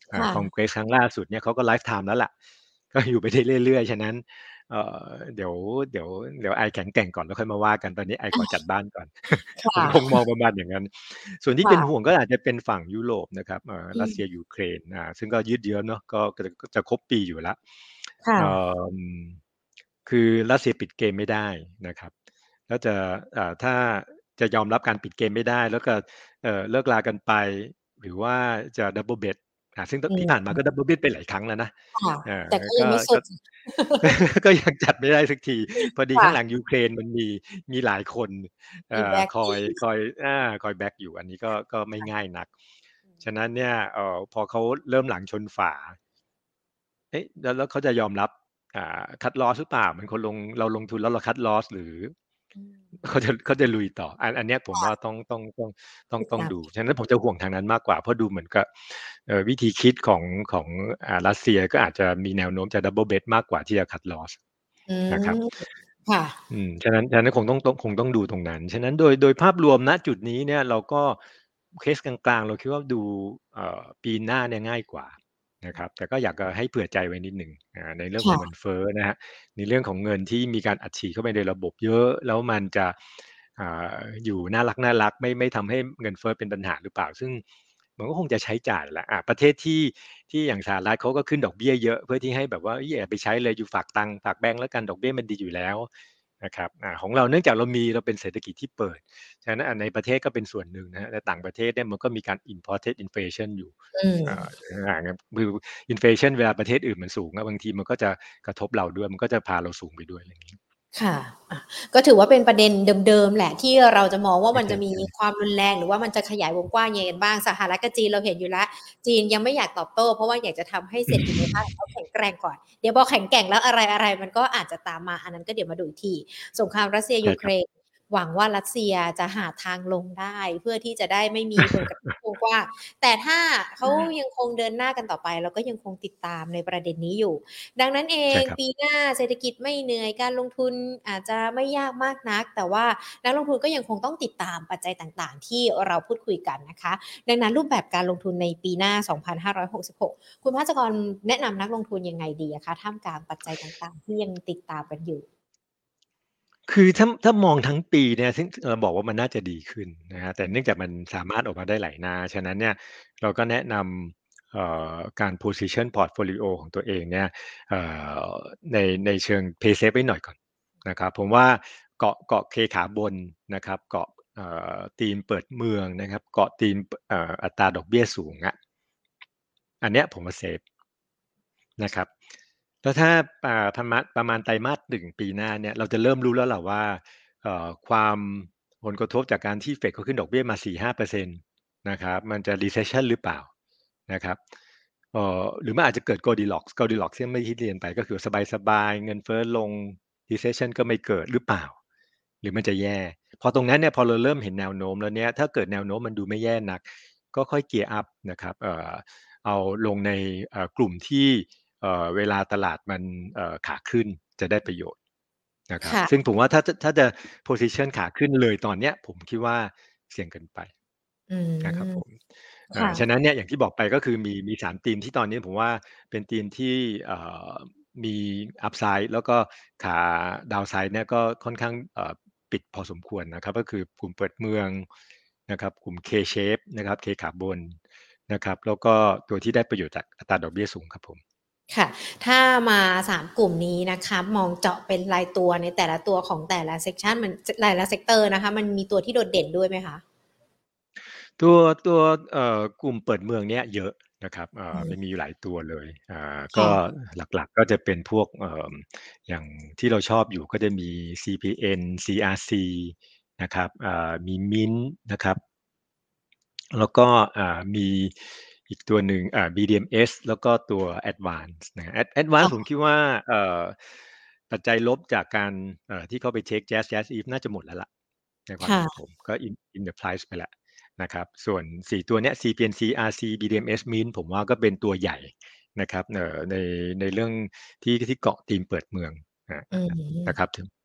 อ่าค่ะคอนเกรสครั้งล่าสุดเนี่ยเขาก็ไลฟ์ไทม์แล้วล่ะก็อยู่ไปได้เรื่อยๆฉะนั้นเอ่อเดี๋ยวเดี๋ยวเดี๋ยวไอแข็งแกร่งก่อนแล้วค่อยมาว่ากันตอนนี้ไอขอจัดบ้านก่อนคผมคง่ะมองประมาณอย่างนั้นส่วนที่เป็นห่วงค่ะก็อาจจะเป็นฝั่งยุโรปนะครับเอ่ออืมรัสเซียยูเครนอ่าซึ่งก็ยืดเยื้อเนาะก็ก็จะก็จะครบปีอยู่แล้วค่ะเอ่อคือรัสเซียปิดเกมไม่ได้นะครับแล้วจะอ่าถ้าจะยอมรับการปิดเกมไม่ได้แล้วก็เอ่อเลิกลากันไปหรือว่าจะดับเบิลเบดอ่าซึ่งอืที่ผ่านมามก็ดับเบิลเบดไปหลายครั้งแล้วนะค่ะเอ่อแต่ก็ยัก็งไม่สุก็ดก็ยังจัดไม่ได้สักทีพอดีข้างหลังค่ะยูเครนมันมีมีหลายคนมีเอ่อแบ็กคอยคอยอาคอยแบ็กอยู่อันนี้ก็ก็ไม่ง่ายนักฉะนั้นเนี่ยเอ่อพอเขาเริ่มหลังชนฝาเอ๊ะแล้วแล้วเขาจะยอมรับอ่าคัตลอสหรือเปล่าเหมือนคนลงเราลงทุนแล้วเราคัตลอสหรืออืมเขาจะเขาจะลุยต่ออันอันเนี้ยผมว่าค่ะต้องต้องต้องต้องต้องดูติดตามฉะนั้นผมจะห่วงทางนั้นมากกว่าเพราะดูเหมือนกับเอ่อวิธีคิดของของอ่ารัสเซียก็อาจจะมีแนวโน้มจะดับเบิลเบดมากกว่าที่จะคัตลอสอืนะครับมค่ะอืมฉะนั้นฉะนั้นคงต้องต้องคงต้องดูตรงนั้นฉะนั้นโดยโดยภาพรวมณจุดนี้เนี่ยเราก็เคสกลางๆเราคิดว่าดูเอ่อปีหน้าเนี่ยง่ายกว่านะครับแต่ก็อยากจะให้เผื่อใจไว้นิดหนึ่งอ่าในเรื่องของเงินค่ะเฟ้อนะฮะในเรื่องของเงินที่มีการอัดฉีดเข้าไปในระบบเยอะแล้วมันจะอ่าอยู่น่ารักๆไม่ไม่ทำให้เงินเฟ้อเป็นปัญหาหรือเปล่าซึ่งมันก็คงจะใช้จ่ายแหละอ่าประเทศที่ที่อย่างสหรัฐเขาก็ขึ้นดอกเบี้ยเยอะเพื่อที่ให้แบบว่าเฮ้ยอย่าไปใช้เลยอยู่ฝากตังค์ฝากแบงก์แล้วกันดอกเบี้ยมันดีอยู่แล้ว นะครับอ่าของเราเนื่องจากเรามีเราเป็นเศรษฐกิจที่เปิดฉะนั้นอ่าในประเทศก็เป็นส่วนหนึ่งนะฮะแต่ต่างประเทศเนี่ยมันก็มีการ imported inflation อยู่อืมอ่าอ่าครับคือ inflation เวลาประเทศอื่นมันสูงอะบางทีมันก็จะกระทบเราด้วยมันก็จะพาเราสูงไปด้วยอะไรอย่างงี้ค่ะอะก็ถือว่าเป็นประเด็นเดิมๆแหละที่เราจะมองว่ามันจะมีใช่ความรุนแรงหรือว่ามันจะขยายวงกว้างยังไงกันบ้างสหรัฐกับจีนเราเห็นอยู่แล้วจีนยังไม่อยากตอบโต้เพราะว่าอยากจะทำให้เศรษฐกิจในภาคของเขาแข็งแกร่งก่อนเดี๋ยวพอแข็งแกร่งแล้วอะไรๆมันก็อาจจะตามมาอันนั้นก็เดี๋ยวมาดูอีกทีสงครามรัสเซียใช่ครับยูเครนหวังว่ารัสเซียจะหาทางลงได้เพื่อที่จะได้ไม่มีผลกระทบวงกว้างแต่ถ้าเขายังคงเดินหน้ากันต่อไปเราก็ยังคงติดตามในประเด็นนี้อยู่ ดังนั้นเองใช่ครับปีหน้าเศรษฐกิจไม่เหนื่อยการลงทุนอาจจะไม่ยากมากนักแต่ว่านักลงทุนก็ยังคงต้องติดตามปัจจัยต่างๆที่เราพูดคุยกันนะคะดังนั้นรูปแบบการลงทุนในปีหน้าสองพันห้าร้อยหกสิบหกคุณภาสกรแนะนำนักลงทุนยังไงดีอะคะท่ามกลางปัจจัยต่างๆที่ยังติดตามกันอยู่คือถ้าถ้ามองทั้งปีเนี่ยซึ่งเราบอกว่ามันน่าจะดีขึ้นนะครับแต่เนื่องจากมันสามารถออกมาได้หลายหน้าฉะนั้นเนี่ยเราก็แนะนำเอ่อการ position portfolio ของตัวเองเนี่ยเอ่อในในเชิง play safe ไว้หน่อยก่อนนะครับผมว่าเกาะเกาะเคขาบนนะครับเกาะเอ่อธีมเปิดเมืองนะครับเกาะธีมเอ่ออัตราดอกเบี้ยสูงอะอันเนี้ยผมว่าเซฟ นะครับแล้วถ้าอ่าประมาณประมาณไตรมาสหนึ่งปีหน้าเนี่ยเราจะเริ่มรู้แล้วแหละว่าเอ่อความผลกระทบจากการที่เฟดเขาขึ้นดอกเบี้ยมาสี่ถึงห้าเปอร์เซ็นต์นะครับมันจะ recession หรือเปล่านะครับเอ่อหรือมันอาจจะเกิด Goldilocks Goldilocks ที่เมื่อกี้เรียนไปก็คือสบายๆเงินเฟ้อลง recession ก็ไม่เกิดหรือเปล่าหรือมันจะแย่พอตรงนั้นเนี่ยพอเราเริ่มเห็นแนวโน้มแล้วเนี่ยถ้าเกิดแนวโน้มมันดูไม่แย่นักก็ค่อย gear up นะครับเอ่อเอาลงในเอ่อกลุ่มที่ เอ่อเวลาตลาดมันเอ่อขาขึ้นจะได้ประโยชน์นะครับซึ่งค่ะผมว่าถ้าจะถ้าจะ position ขาขึ้นเลยตอนเนี้ยผมคิดว่าเสี่ยงเกินไปอืนะครับผมมอ่าค่ะฉะนั้นเนี่ยอย่างที่บอกไปก็คือมีมีสามธีมที่ตอนนี้ผมว่าเป็นธีมที่เอ่อมี upside แล้วก็ขา downside เนี่ยก็ค่อนข้างเอ่อปิดพอสมควรนะครับก็คือกลุ่มเปิดเมืองนะครับกลุ่ม K shape นะครับ K ขาบนนะครับแล้วก็ตัวที่ได้ประโยชน์จากอัตราดอกเบี้ยสูงครับผมค่ะถ้ามาสามกลุ่มนี้นะคะมองเจาะเป็นรายตัวในแต่ละตัวของแต่ละเซกชันมันแต่ละเซกเตอร์นะคะมันมีตัวที่โดดเด่นด้วยไหมคะตัวตัวเอ่อกลุ่มเปิดเมืองเนี้ยเยอะนะครับเอ่อมันอืมมีอยู่หลายตัวเลยอ่าก็ค่ะหลักๆก็จะเป็นพวกเอ่ออย่างที่เราชอบอยู่ก็จะมี ซี พี เอ็น ซี อาร์ ซี นะครับอ่ามี Mint นะครับแล้วก็อ่ามีอีกตัวหนึ่งอ่า บี ดี เอ็ม เอส แล้วก็ตัว Advance นะ Ad Advance ผมค่ะคิดว่าเอ่อปัจจัยลบจากการเอ่อที่เขาไปเทก Jazz Jazz Eve น่าจะหมดแล้วล่ะในความเห็นผค่ะมก็ in in the price ไปแล้ว นะครับส่วนสี่ตัวเนี้ย ซี พี เอ็น ซี อาร์ ซี บี ดี เอ็ม เอส Mint ผมว่าก็เป็นตัวใหญ่นะครับเอ่อในในเรื่องที่ที่เกาะธีมเปิดเมืองอ่าอืมนะครับ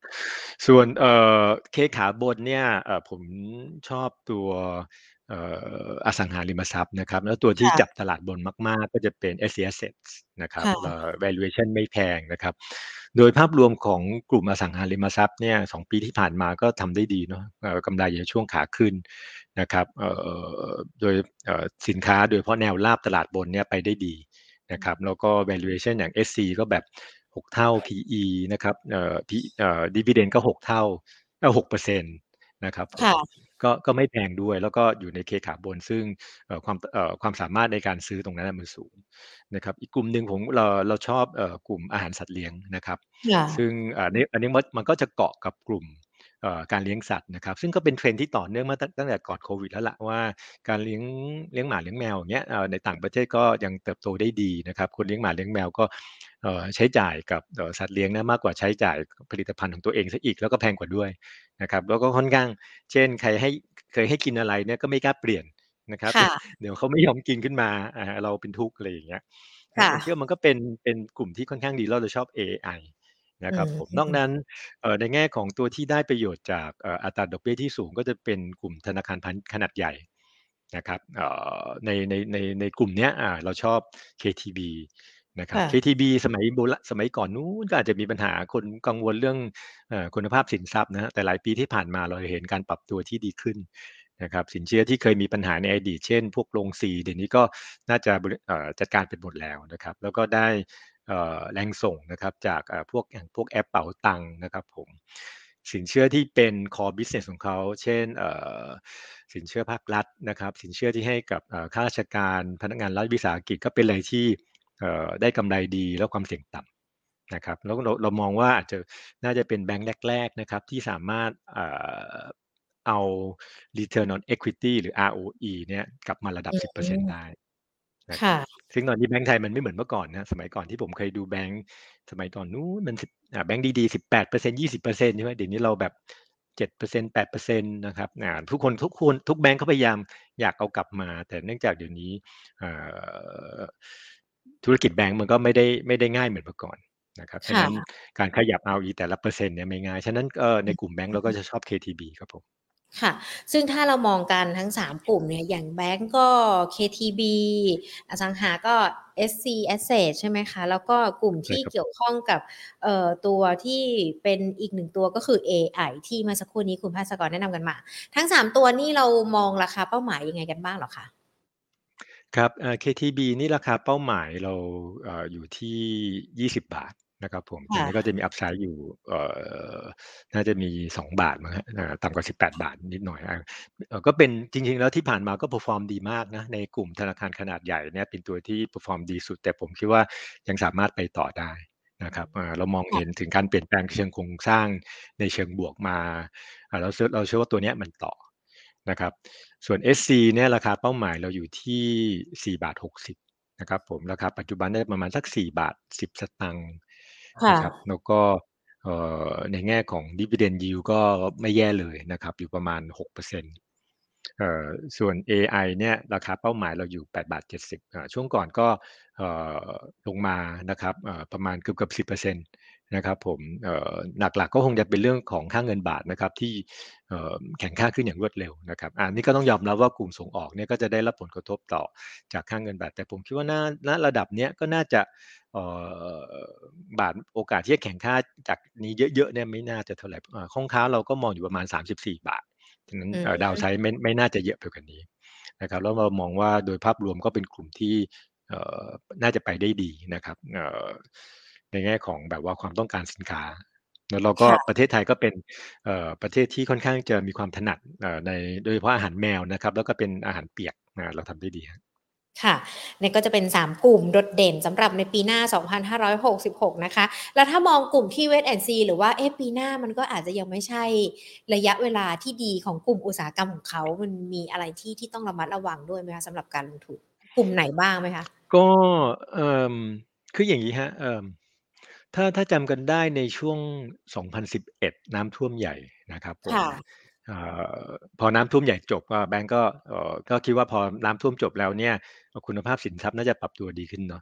ส่วนเอ่อเคขาบนเนี่ยเอ่อผมชอบตัวเอ่ออสังหาริมทรัพย์นะครับแล้วตัวที่จับค่ะตลาดบนมากๆก็จะเป็น เอส ซี Assets นะครับเอ่ค่ะอ valuation ไม่แพงนะครับโดยภาพรวมของกลุ่มอสังหาริมทรัพย์เนี่ยสองปีที่ผ่านมาก็ทำได้ดีเนาะเอ่อกำไรอยู่ในช่วงขาขึ้นนะครับเอ่อโดยเอ่อสินค้าโดยเฉพาะแนวราบตลาดบนเนี่ยไปได้ดีนะครับแล้วก็ valuation อย่าง เอส ซี ก็แบบหกเท่า พี อี นะครับเอ่อ P เอ่อ dividend ก็หกเท่าเอ่อหกเปอร์เซ็นต์นะครับผมค่ะก็ก็ไม่แพงด้วยแล้วก็อยู่ในเคขาบนซึ่งเอ่อความเอ่อความสามารถในการซื้อตรงนั้นมันสูงนะครับอีกกลุ่มหนึ่งผมเราเราชอบเอ่อกลุ่มอาหารสัตว์เลี้ยงนะครับค่ะซึ่งอ่านี้อันนี้มันมันก็จะเกาะกับกลุ่มเอ่อการเลี้ยงสัตว์นะครับซึ่งก็เป็น trend ที่ต่อเนื่องมาตั้งตั้งแต่ก่อนโควิดแล้วล่ะว่าการเลี้ยงเลี้ยงหมาเลี้ยงแมวอย่างเงี้ยเอ่อในต่างประเทศก็ยังเติบโตได้ดีนะครับคนเลี้ยงหมาเลี้ยงแมวก็ เอ่อใช้จ่ายกับเอ่อสัตว์เลี้ยงนะมากกว่าใช้จ่ายผลิตภัณฑ์ของตัวเองเสียอีกแล้วก็แพงกว่าด้วยนะครับแล้วก็ค่อนข้างเช่นใครให้เคยให้กินอะไรเนี่ยก็ไม่กล้าเปลี่ยนนะครับค่ะเดี๋ยวเขาไม่ยอมกินขึ้นมาอ่าเราเป็นทุกข์อะไรอย่างเงี้ยนะค่ะผมคิดว่ามันก็เป็นเป็นกลุ่มที่ค่อนข้างดีแล้วเราชอบเอไออืนะครับผมนอกมนั้นเอ่อในแง่ของตัวที่ได้ประโยชน์จากเอ่ออัตราดอกเบี้ยที่สูงก็จะเป็นกลุ่มธนาคารพาณิชย์ขนาดใหญ่นะครับเอ่อในในในในกลุ่มเนี้ยอ่าเราชอบ เค ที บี นะครับค่ะเค ที บี สมัยโบราณสมัยก่อนนู้นก็อาจจะมีปัญหาคนกังวลเรื่องเอ่อคุณภาพสินทรัพย์นะฮะแต่หลายปีที่ผ่านมาเราเห็นการปรับตัวที่ดีขึ้นนะครับสินเชื่อที่เคยมีปัญหาในอดีตเช่นพวกโรงสีเดี๋ยวนี้ก็น่าจะบริเอ่อจัดการเป็นหมดแล้วนะครับแล้วก็ได้เอ่อแรงส่งนะครับจากเอ่อพวกอย่างพวกแอปเป๋าตังค์นะครับผมสินเชื่อที่เป็น core business ของเขาเช่นเอ่อสินเชื่อภาครัฐนะครับสินเชื่อที่ให้กับเอ่อข้าราชการพนักงานรัฐวิสาหกิจก็เป็นอะไรที่ เอ่อได้กำไรดีแล้วความเสี่ยงต่ำนะครับแล้วเราเรามองว่าอาจจะน่าจะเป็นแบงค์แรกๆนะครับที่สามารถเอ่อเอา Return on Equity หรือ อาร์ โอ อี เนี่ยกลับมาระดับอืสิบเปอร์เซ็นต์มได้นะครับค่ะซึ่งตอนนี้แบงก์ไทยมันไม่เหมือนเมื่อก่อนนะสมัยก่อนที่ผมเคยดูแบงก์สมัยก่อนนู้นมันสิบอ่าแบงก์ดีๆสิบแปดเปอร์เซ็นต์ ยี่สิบเปอร์เซ็นต์ใช่ไหมเดี๋ยวนี้เราแบบเจ็ดเปอร์เซ็นต์ แปดเปอร์เซ็นต์นะครับอ่าทุกคนทุกคนทุกแบงก์เขาพยายามอยากเอากลับมาแต่เนื่องจากเดี๋ยวนี้ เอ่อธุรกิจแบงก์มันก็ไม่ได้ไม่ได้ง่ายเหมือนเมื่อก่อนนะครับฉะนั้นค่ะการขยับ อาร์ โอ อี แต่ละเปอร์เซ็นต์เนี่ยไม่ง่ายฉะนั้นเอ่อในกลุ่มแบงก์เราก็จะชอบ เค ที บี ครับผมค่ะซึ่งถ้าเรามองกันทั้งสามกลุ่มเนี่ยอย่างแบงก์ก็ เค ที บี อสังหาก็ เอส ซี Asset ใช่ไหมคะแล้วก็กลุ่มที่เกี่ยวใช่ครับข้องกับเอ่อตัวที่เป็นอีกหนึ่งตัวก็คือเอไอที่เมื่อสักครู่นี้คุณภาสกรแนะนำกันมาทั้งสามตัวนี่เรามองราคาเป้าหมายยังไงกันบ้างเหรอคะครับเอ่อ เค ที บี นี่ราคาเป้าหมายเราเอ่ออยู่ที่ยี่สิบบาทนะครับผมแต่นี้ก็ค่ะจะมีอัปไซด์อยู่เอ่อน่าจะมีสองบาทมั้งครับอ่าต่ำกว่าสิบแปดบาทนิดหน่อยอาเอ่อก็เป็นจริงๆแล้วที่ผ่านมาก็ perform ดีมากนะในกลุ่มธนาคารขนาดใหญ่เนี่ยเป็นตัวที่ perform ดีสุดแต่ผมคิดว่ายังสามารถไปต่อได้นะครับอ่าเรามองเห็นค่ะถึงการเปลี่ยนแปลงเชิงโครงสร้างในเชิงบวกมาอ่าเราเชื่อเราเชื่อว่าตัวเนี้ยมันต่อ นะครับส่วน เอส ซี เนี่ยราคาเป้าหมายเราอยู่ที่สี่บาทหกสิบนะครับผมราคาปัจจุบันได้ประมาณสักสี่บาทสิบสตางค์ค่ะนะครับแล้วก็เอ่อในแง่ของ Dividend Yield ก็ไม่แย่เลยนะครับอยู่ประมาณหกเปอร์เซ็นต์เอ่อส่วน เอ ไอ เนี่ยราคาเป้าหมายเราอยู่แปดบาทเจ็ดสิบอ่าช่วงก่อนก็เอ่อลงมานะครับเอ่อประมาณเกือบๆสิบเปอร์เซ็นต์นะครับผมเอ่อหลักๆก็คงจะเป็นเรื่องของค่าเงินบาทนะครับที่ เอ่อแข็งค่าขึ้นอย่างรวดเร็วนะครับอันนี้ก็ต้องยอมรับว่ากลุ่มส่งออกเนี่ยก็จะได้รับผลกระทบต่อจากค่าเงินบาทแต่ผมคิดว่าณณระดับเนี้ยก็น่าจะเอ่อบาทโอกาสที่จะแข็งค่าจากนี้เยอะๆเนี่ยไม่น่าจะเท่าไหร่อ่าคงค้าเราก็มองอยู่ประมาณสามสิบสี่บาทฉะนั้นอืเอ่อดาวมไซด์ไม่ไม่น่าจะเยอะไปกว่านี้นะครับแล้วเรามองว่าโดยภาพรวมก็เป็นกลุ่มที่เอ่อน่าจะไปได้ดีนะครับเอ่อในแง่ของแบบว่าความต้องการสินค้าแล้วเราก็ปค่ะระเทศไทยก็เป็น เอ่อประเทศที่ค่อนข้างจะมีความถนัดเอ่อในโดยเฉพาะอาหารแมวนะครับแล้วก็เป็นอาหารเปียกอาเราทำได้ดีครับค่ะเนี่ยก็จะเป็นสามกลุ่มโดดเด่นสำหรับในปีหน้าสองพันห้าร้อยหกสิบหกนะคะแล้วถ้ามองกลุ่มที่ Wait and See หรือว่าเอ๊ะปีหน้ามันก็อาจจะยังไม่ใช่ระยะเวลาที่ดีของกลุ่มอุตสาหกรรมของเขามันมีอะไรที่ที่ต้องระมัดระวังด้วยไหมคะสำหรับการลงทุนกลุ่มไหนบ้างไหมคะก็เอ่อคืออย่างงี้ครับเอ่อถ้าถ้าจำกันได้ในช่วงสองพันสิบเอ็ดน้ำท่วมใหญ่นะครับผมค่ะเอ่อพอน้ำท่วมใหญ่จบก็แบงก์ก็เอ่อก็คิดว่าพอน้ำท่วมจบแล้วเนี่ยคุณภาพสินทรัพย์น่าจะปรับตัวดีขึ้นเนาะ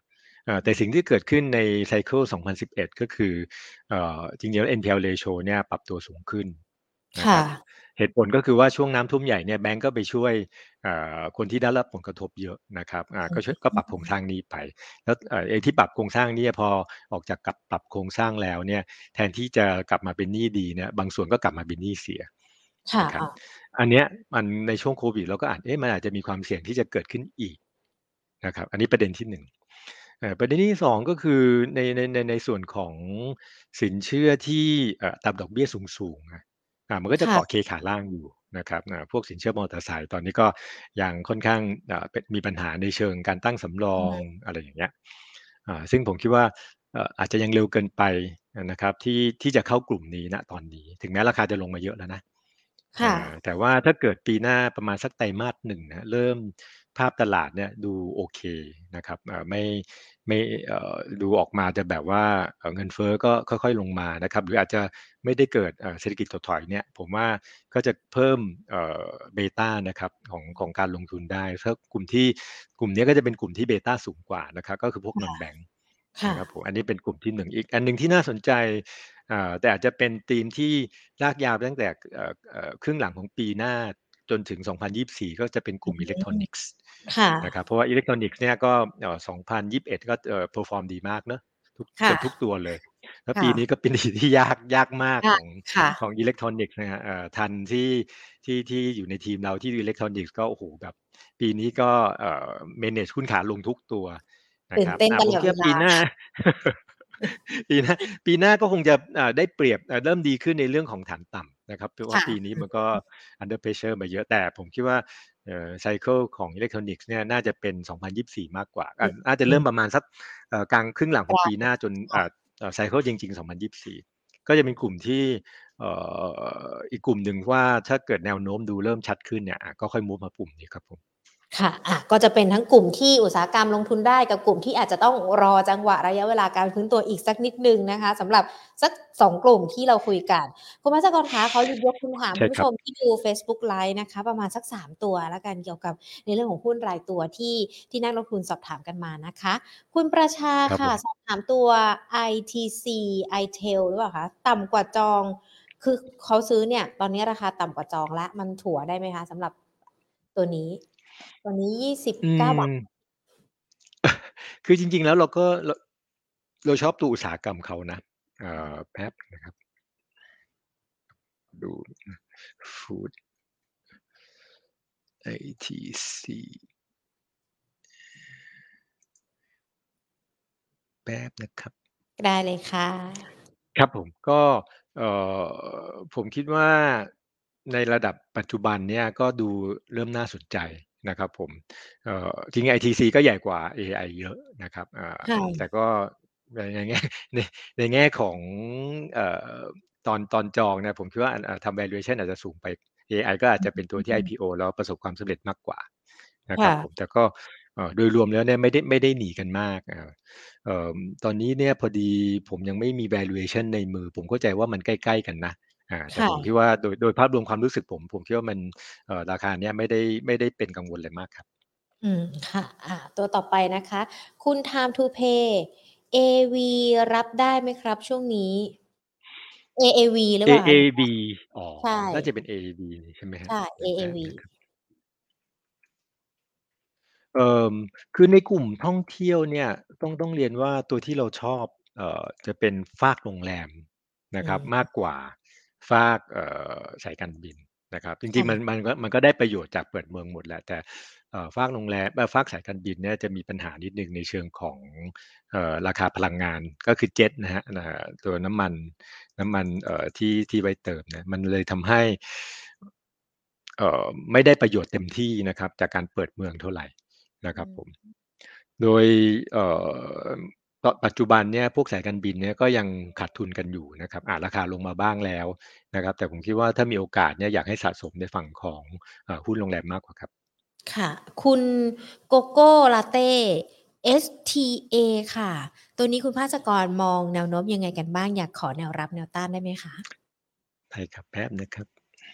เอ่อแต่สิ่งที่เกิดขึ้นในไซเคิลสองพันสิบเอ็ดก็คือเอ่อจริงๆแล้ว เอ็น พี แอล ratio เนี่ยปรับตัวสูงขึ้นนะคค่ะรับเหตุผลก็คือว่าช่วงน้ำท่วมใหญ่เนี่ยแบงก์ก็ไปช่วยเอ่อคนที่ได้รับผลกระทบเยอะนะครับอ่าก็ช่วยก็ปรับโครงสร้างหนี้ไปแล้วเอ่อไอ้ที่ปรับโครงสร้างหนี้พอออกจากกับปรับโครงสร้างแล้วเนี่ยแทนที่จะกลับมาเป็นหนี้ดีเนี่ยบางส่วนก็กลับมาเป็นหนี้เสียค่ะนะครับอ่าอันเนี้ยมันในช่วงโควิดเราก็อาจเอ๊ะมันอาจจะมีความเสี่ยงที่จะเกิดขึ้นอีกนะครับอันนี้ประเด็นที่หนึ่ง เอ่อประเด็นที่สองก็คือในในในในส่วนของสินเชื่อที่เอ่ออัตราดอกเบี้ยสูงๆอะอ่ามันก็จะเกาะเคค่ะขาล่างอยู่นะครับอ่าพวกสินเชื่อมอเตอร์ไซค์ตอนนี้ก็ยังค่อนข้างอ่าเป็นมีปัญหาในเชิงการตั้งสำรองอืมอะไรอย่างเงี้ยอ่าซึ่งผมคิดว่าเอ่ออาจจะยังเร็วเกินไปนะครับที่ที่จะเข้ากลุ่มนี้ณตอนนี้ถึงแม้ราคาจะลงมาเยอะแล้วนะค่ะอ่าแต่ว่าถ้าเกิดปีหน้าประมาณสักไตรมาสหนึ่งนะเริ่มภาพตลาดเนี่ยดูโอเคนะครับอ่าไม่ไม่เอ่อดูออกมาจะแบบว่าเอ่อเงินเฟ้อก็ค่อยๆลงมานะครับหรืออาจจะไม่ได้เกิดเอ่อเศรษฐกิจถดถอยเนี่ยผมว่าก็จะเพิ่มเอ่อเบต้านะครับของของการลงทุนได้เพราะกลุ่มที่กลุ่มนี้ก็จะเป็นกลุ่มที่เบต้าสูงกว่านะครับก็คือพวกนอนแบงค่ะนะครับผมอันนี้เป็นกลุ่มที่หนึ่งอีกอันหนึ่งที่น่าสนใจอ่าแต่อาจจะเป็นธีมที่ลากยาวตั้งแต่เอ่อเอ่อครึ่งหลังของปีหน้าจนถึงสองพันยี่สิบสี่ก็จะเป็นกอืลุ่มอิเล็กทรอมนิกส์ค่ะนะครับเพราะว่าอิเล็กทรอนิกส์เนี่ยก็เอ่อสองพันยี่สิบเอ็ดก็เอ่อเพอร์ฟอร์มดีมากเนอะทุกเกืค่ะอบทุกตัวเลยแล้วปีนี้ก็ค่ะเป็นปีที่ยากยากมากค่ะของค่ะของอิเล็กทรอนิกส์นะฮะเอ่อทันที่ที่ที่อยู่ในทีมเราที่อิเล็กทรอนิกส์ก็โอ้โหแบบปีนี้ก็เอ่อ manage หุ้นขาลงทุกตัว นะตื่ครับอ่านเต้นตผมคิดว่าปีลอดเวลาหน้า ปีหน้าปีหน้าก็คงจะอ่าได้เปรียบอ่าเริ่มดีขึ้นในเรื่องของฐานต่ำนะครับเพราะว่าปีค่ะนี้มันก็ under pressure มาเยอะแต่ผมคิดว่าเอ่อไซเคิลของอิเล็กทรอนิกส์เนี่ยน่าจะเป็นสองพันยี่สิบสี่มากกว่าอือ่าน่าจะมเริ่มประมาณสักเอ่อกลางครึ่งหลังของปีหค่ะน้าจนอ่าเอ่อไซเคิลจริงๆสองพันยี่สิบสี่ก็จะเป็นกลุ่มที่เอ่ออีกกลุ่มหนึ่งว่าถ้าเกิดแนวโน้มดูเริ่มชัดขึ้นเนี่ยอ่ะก็ค่อยมูฟมากลุ่มนี้ครับผมค่ะอะก็จะเป็นทั้งกลุ่มที่อุตสาหกรรมลงทุนได้กับกลุ่มที่อาจจะต้องรอจังหวะระยะเวลาการฟื้นตัวอีกสักนิดหนึ่งนะคะสำหรับสักสองกลุ่มที่เราคุยกันคุณพัชกรคะขอหยิบยกคำถามคุณผู้ใช่ครับชมที่ดูเฟซบุ๊กไลฟ์นะคะประมาณสักสามตัวแล้วกันเกี่ยวกับในเรื่องของหุ้นรายตัวที่ที่นักลงทุนสอบถามกันมานะคะคุณประชาค่ะครับผมสอบถามตัว ไอ ที ซี ไอ ที อี แอล หรือเปล่าคะต่ำกว่าจองคือเขาซื้อเนี่ยตอนนี้ราคาต่ำกว่าจองแล้วมันถัวได้ไหมคะสำหรับตัวนี้ตัวนี้ยี่สิบอืเก้าบาทม คือจริงๆแล้วเราก็เราเราชอบตัวอุตสาหกรรมเขานะเอ่อแป๊บนะครับดู Food ไอ ที ซี แป๊บนะครับได้เลยค่ะครับผมก็เอ่อผมคิดว่าในระดับปัจจุบันเนี่ยก็ดูเริ่มน่าสนใจนะครับผมเอ่อจริงๆ ไอ ที ซี ก็ใหญ่กว่าเอไอเยอะนะครับอ่าแต่ค่ะก็ในในแง่ในในแง่ของเอ่อตอนตอนจองเนี่ยผมคิดว่าอ่าทำ valuation อาจจะสูงไปเอไอก็อาจจะเป็นตัวที่ ไอ พี โอ แล้วประสบความสำเร็จมากกว่านะครับผมค่ะแต่ก็เอ่อโดยรวมแล้วเนี่ยไม่ได้ไม่ได้หนีกันมากอ่า เอ่อตอนนี้เนี่ยพอดีผมยังไม่มี valuation ในมือผมเข้าใจว่ามันใกล้ๆกันนะอ่าแต่ผมคิดค่ะว่าโดยโดยภาพรวมความรู้สึกผมผมคิดว่ามันเอ่อราคาเนี้ยไม่ได้ไม่ได้เป็นกังวลอะไรมากครับอืมค่ะอ่าตัวต่อไปนะคะคุณ Time to Pay เอ วี รับได้ไหมครับช่วงนี้ เอ เอ วี หรือเปล่าคะเอ เอ บี อ๋อใช่น่าจะเป็น เอ เอ บี ใช่ไหมครับใช่เดี๋ยวแป๊บเอ เอ วีนะครับ เอ่อคือในกลุ่มท่องเที่ยวเนี่ยต้องต้องเรียนว่าตัวที่เราชอบเอ่อจะเป็นฝากโรงแรมอืนะครับมากมกว่าฝากเอ่อสายการบินนะครับจริงๆมันค่ะมันก็มันก็ได้ประโยชน์จากเปิดเมืองหมดแหละแต่เอ่อฝากโรงแรมเอ่อฝากสายการบินเนี่ยจะมีปัญหานิดหนึ่งในเชิงของเอ่อราคาพลังงานก็คือเจ็ตนะฮะอ่าตัวน้ำมันน้ำมันเอ่อที่ที่ไว้เติมเนี่ยมันเลยทำให้เอ่อไม่ได้ประโยชน์เต็มที่นะครับจากการเปิดเมืองเท่าไร นะคอืรับผมมโดยเอ่อตปัจจุบันเนี่ยพวกสายการบินเนี่ยก็ยังขาดทุนกันอยู่นะครับอ่าราคาลงมาบ้างแล้วนะครับแต่ผมคิดว่าถ้ามีโอกาสเนี่ยอยากให้สะสมในฝั่งของเอ่อหุ้นโรงแรมมากกว่าครับค่ะคุณโกโก้ลาเต้ เอส ที เอ ค่ะตัวนี้คุณภาสกรมองแนวโน้มยังไงกันบ้างอยากขอแนวรับแนวต้านได้ไหมคะใช่ครับแป๊บนะครับ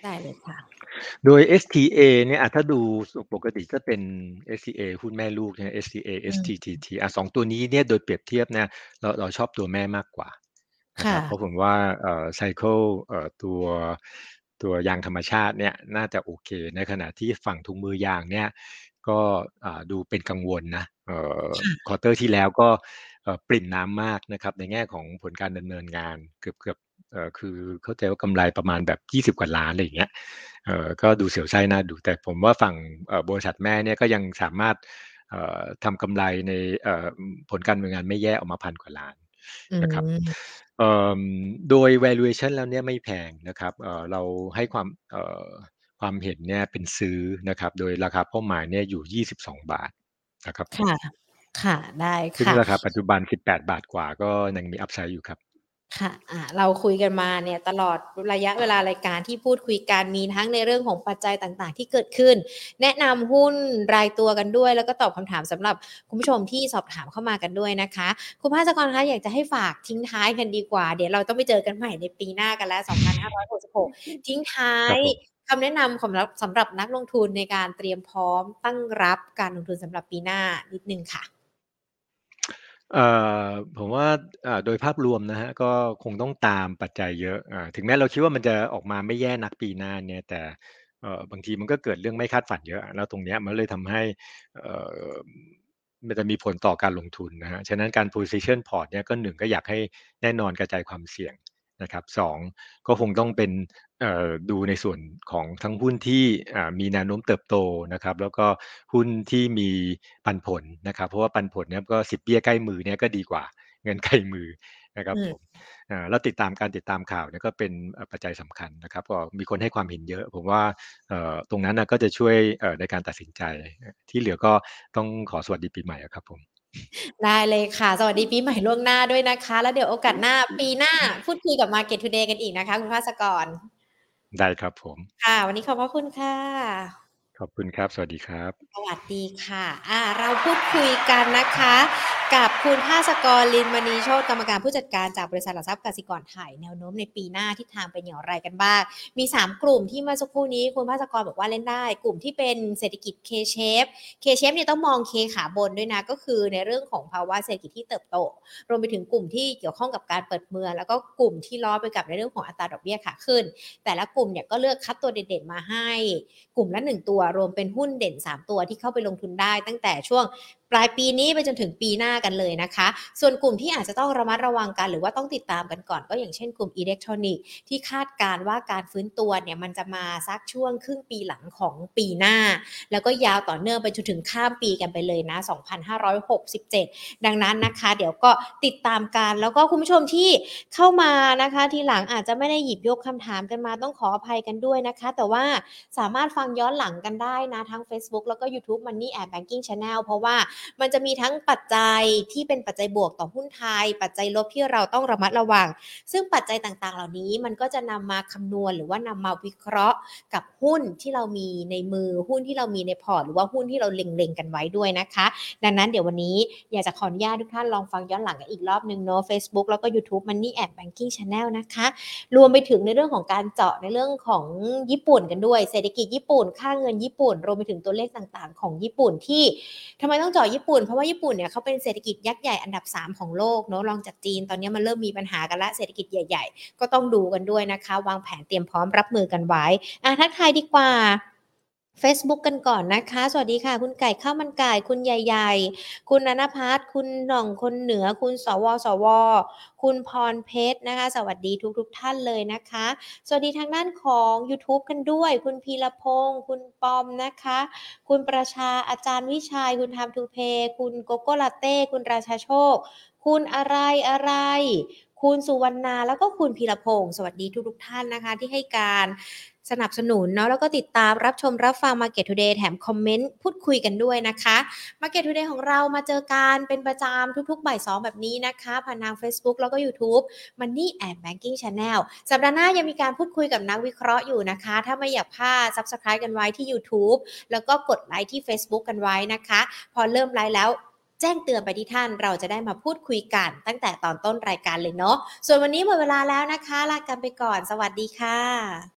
ได้เลยค่ะโดย เอส ที เอ เนี่ยอ่ะถ้าดูปกติก็เป็น เอส ที เอ หุ้นแม่ลูกเนี่ย เอส ที เออืมเอส ที ที ที อ่ะสองตัวนี้เนี่ยโดยเปรียบเทียบเนี่ยเราเราชอบตัวแม่มากกว่านะคค่ะรับเพราะผมว่าเอ่อไซเคิลเอ่อตัวตัวยางธรรมชาติเนี่ยน่าจะโอเคในขณะที่ฝั่งถุงมือยางเนี่ยก็อ่าดูเป็นกังวลนะเอ่อควอเตอร์ที่แล้วก็เอ่อปริ่มน้ำมากนะครับในแง่ของผลการดำเนินงานเกือบเกือบเอ่อคือเข้าใจว่ากำไรประมาณแบบยี่สิบกว่าล้านอะไรอย่างเงี้ย เอ่อก็ดูเสียวไส้น่าดูแต่ผมว่าฝั่งเอ่อบริษัทแม่เนี่ยก็ยังสามารถเอ่อทำกำไรในเอ่อผลการดำเนินงานไม่แย่ออกมาพันกว่าล้านอืนะครับมเอ่อโดย valuation แล้วเนี่ยไม่แพงนะครับเอ่อเราให้ความเอ่อความเห็นเนี่ยเป็นซื้อนะครับโดยราคาเป้าหมายเนี่ยอยู่ยี่สิบสองบาทนะครับผมค่ะค่ะได้ซึ่งค่ะราคาปัจจุบันสิบแปดบาทกว่าก็ยังมีอัพไซด์อยู่ครับค่ะอ่าเราคุยกันมาเนี่ยตลอดระยะเวลารายการที่พูดคุยกันมีทั้งในเรื่องของปัจจัยต่างๆที่เกิดขึ้นแนะนำหุ้นรายตัวกันด้วยแล้วก็ตอบคำถามสำหรับคุณผู้ชมที่สอบถามเข้ามากันด้วยนะคะคุณภาสกรคะอยากจะให้ฝากทิ้งท้ายกันดีกว่าเดี๋ยวเราต้องไปเจอกันใหม่ในปีหน้ากันแล้วสองพันห้าร้อยหกสิบหกทิ้งท้ายครับผมคำแนะนำสำหรับสำหรับนักลงทุนในการเตรียมพร้อมตั้งรับการลงทุนสำหรับปีหน้านิดหนึ่งค่ะเอ่อผมว่าอ่าโดยภาพรวมนะฮะก็คงต้องตามปัจจัยเยอะอ่าถึงแม้เราคิดว่ามันจะออกมาไม่แย่นักปีหน้าเนี่ยแต่เอ่อบางทีมันก็เกิดเรื่องไม่คาดฝันเยอะแล้วตรงเนี้ยมันเลยทำให้เอ่อมันจะมีผลต่อการลงทุนนะฮะฉะนั้นการ position port เนี่ยก็หนึ่งก็อยากให้แน่นอนกระจายความเสี่ยงนะครับสองก็คงต้องเป็นเอ่อดูในส่วนของทั้งหุ้นที่อ่ามีแนวโน้มเติบโตนะครับแล้วก็หุ้นที่มีปันผลนะครับเพราะว่าปันผลเนี่ยก็สิบเบี้ยใกล้มือเนี่ยก็ดีกว่าเงินใกล้มือนะครับผมอืมอ่าแล้วติดตามการติดตามข่าวเนี่ยก็เป็นเอ่อปัจจัยสำคัญนะครับก็มีคนให้ความเห็นเยอะผมว่าเอ่อตรงนั้นน่ะก็จะช่วยเอ่อในการตัดสินใจที่เหลือก็ต้องขอสวัสดีปีใหม่อะครับผมได้เลยค่ะ สวัสดีปีใหม่ล่วงหน้าด้วยนะคะ แล้วเดี๋ยวโอกาสหน้าปีหน้าพูดคุยกับ Market Today กันอีกนะคะคุณภาสกรได้ครับผมค่ะวันนี้ขอบพระคุณค่ะขอบคุณครับสวัสดีครับสวัสดีค่ะอ่าเราพูดคุยกันนะคะกับคุณภาสกรลินมณีโชติกรรมการผู้จัดการจากบริษัทหลักทรัพย์กสิกรไทยแนวโน้มในปีหน้าทิศทางเป็นอย่างไรกันบ้างมีสามกลุ่มที่เมื่อสักครู่นี้คุณภาสกรบอกว่าเล่นได้กลุ่มที่เป็นเศรษฐกิจ K-shape K-shape เนี่ยต้องมอง K ขาบนด้วยนะก็คือในเรื่องของภาวะเศรษฐกิจที่เติบโตรวมไปถึงกลุ่มที่เกี่ยวข้องกับการเปิดเมืองแล้วก็กลุ่มที่ล้อไปกับในเรื่องของอัตราดอกเบี้ยขาขึ้นแต่ละกลุ่มเนี่ยก็เลือกคัดตัวเด่นๆมาให้กลุ่มละหนึ่งตัวรวมเป็นหุ้นเด่นสามตัวที่เข้าไปลงทุนได้ตั้งแต่ช่วงปลายปีนี้ไปจนถึงปีหน้ากันเลยนะคะส่วนกลุ่มที่อาจจะต้องระมัดระวังกันหรือว่าต้องติดตามกันก่อนก็อย่างเช่นกลุ่มอิเล็กทรอนิกส์ที่คาดการณ์ว่าการฟื้นตัวเนี่ยมันจะมาสักช่วงครึ่งปีหลังของปีหน้าแล้วก็ยาวต่อเนื่องไปจนถึงข้ามปีกันไปเลยนะสองพันห้าร้อยหกสิบเจ็ดดังนั้นนะคะเดี๋ยวก็ติดตามกันแล้วก็คุณผู้ชมที่เข้ามานะคะทีหลังอาจจะไม่ได้หยิบยกคำถามกันมาต้องขออภัยกันด้วยนะคะแต่ว่าสามารถฟังย้อนหลังกันได้นะทั้ง Facebook แล้วก็ YouTube Money and Banking Channel เพราะว่ามันจะมีทั้งปัจจัยที่เป็นปัจจัยบวกต่อหุ้นไทยปัจจัยลบที่เราต้องระมัดระวังซึ่งปัจจัยต่างๆเหล่านี้มันก็จะนำมาคำนวณหรือว่านำมาวิเคราะห์กับหุ้นที่เรามีในมือหุ้นที่เรามีในพอร์ตหรือว่าหุ้นที่เราเล็งๆกันไว้ด้วยนะคะดังนั้นเดี๋ยววันนี้อยากจะขออนุญาตทุกท่านลองฟังย้อนหลังกันอีกรอบนึงเนาะ Facebook แล้วก็ YouTube Money and Banking Channel นะคะรวมไปถึงในเรื่องของการเจาะในเรื่องของญี่ปุ่นกันด้วยเศรษฐกิจญี่ปุ่นค่าเงินญี่ปุ่นรวมไปถึงตัวเลขต่างๆของญี่ปุ่นที่ทำไมต้องเจาะญี่ปุ่นเพราะว่าญี่ปุ่นเนี่ยเขาเป็นเศรษฐกิจยักษ์ใหญ่อันดับสามของโลกเนาะรองจากจีนตอนนี้มันเริ่มมีปัญหากันละเศรษฐกิจใหญ่ๆก็ต้องดูกันด้วยนะคะวางแผนเตรียมพร้อมรับมือกันไว้อ่ะทักทายดีกว่า Facebook กันก่อนนะคะสวัสดีค่ะคุณไก่ข้าวมันไก่คุณใหญ่ๆคุณณนภัสคุณหน่องคนเหนือคุณสวสวคุณพรเพชรนะคะสวัสดีทุกๆท่านเลยนะคะสวัสดีทางด้านของยูทูบกันด้วยคุณพีรพงศ์คุณปอมนะคะคุณประชาอาจารย์วิชัยคุณทำทูเพคุณโกโก้ลาเต้คุณราชาโชคคุณอะไรอะไรคุณสุวรรณาแล้วก็คุณพีรพงศ์สวัสดีทุกๆท่านนะคะที่ให้การสนับสนุนเนาะแล้วก็ติดตามรับชมรับฟัง Market Today แถมคอมเมนต์พูดคุยกันด้วยนะคะ Market Today ของเรามาเจอกันเป็นประจำทุกๆบ่ายสองแบบนี้นะคะผ่านทาง Facebook แล้วก็ YouTube Money and Banking Channel สัปดาห์หน้ายังมีการพูดคุยกับนักวิเคราะห์อยู่นะคะถ้าไม่อยากพลาด Subscribe กันไว้ที่ YouTube แล้วก็กดไลค์ที่ Facebook กันไว้นะคะพอเริ่มไลค์แล้วแจ้งเตือนไปที่ท่านเราจะได้มาพูดคุยกันตั้งแต่ตอนต้นรายการเลยเนาะส่วนวันนี้หมดเวลาแล้วนะคะลากันไปก่อนสวัสดีค่ะ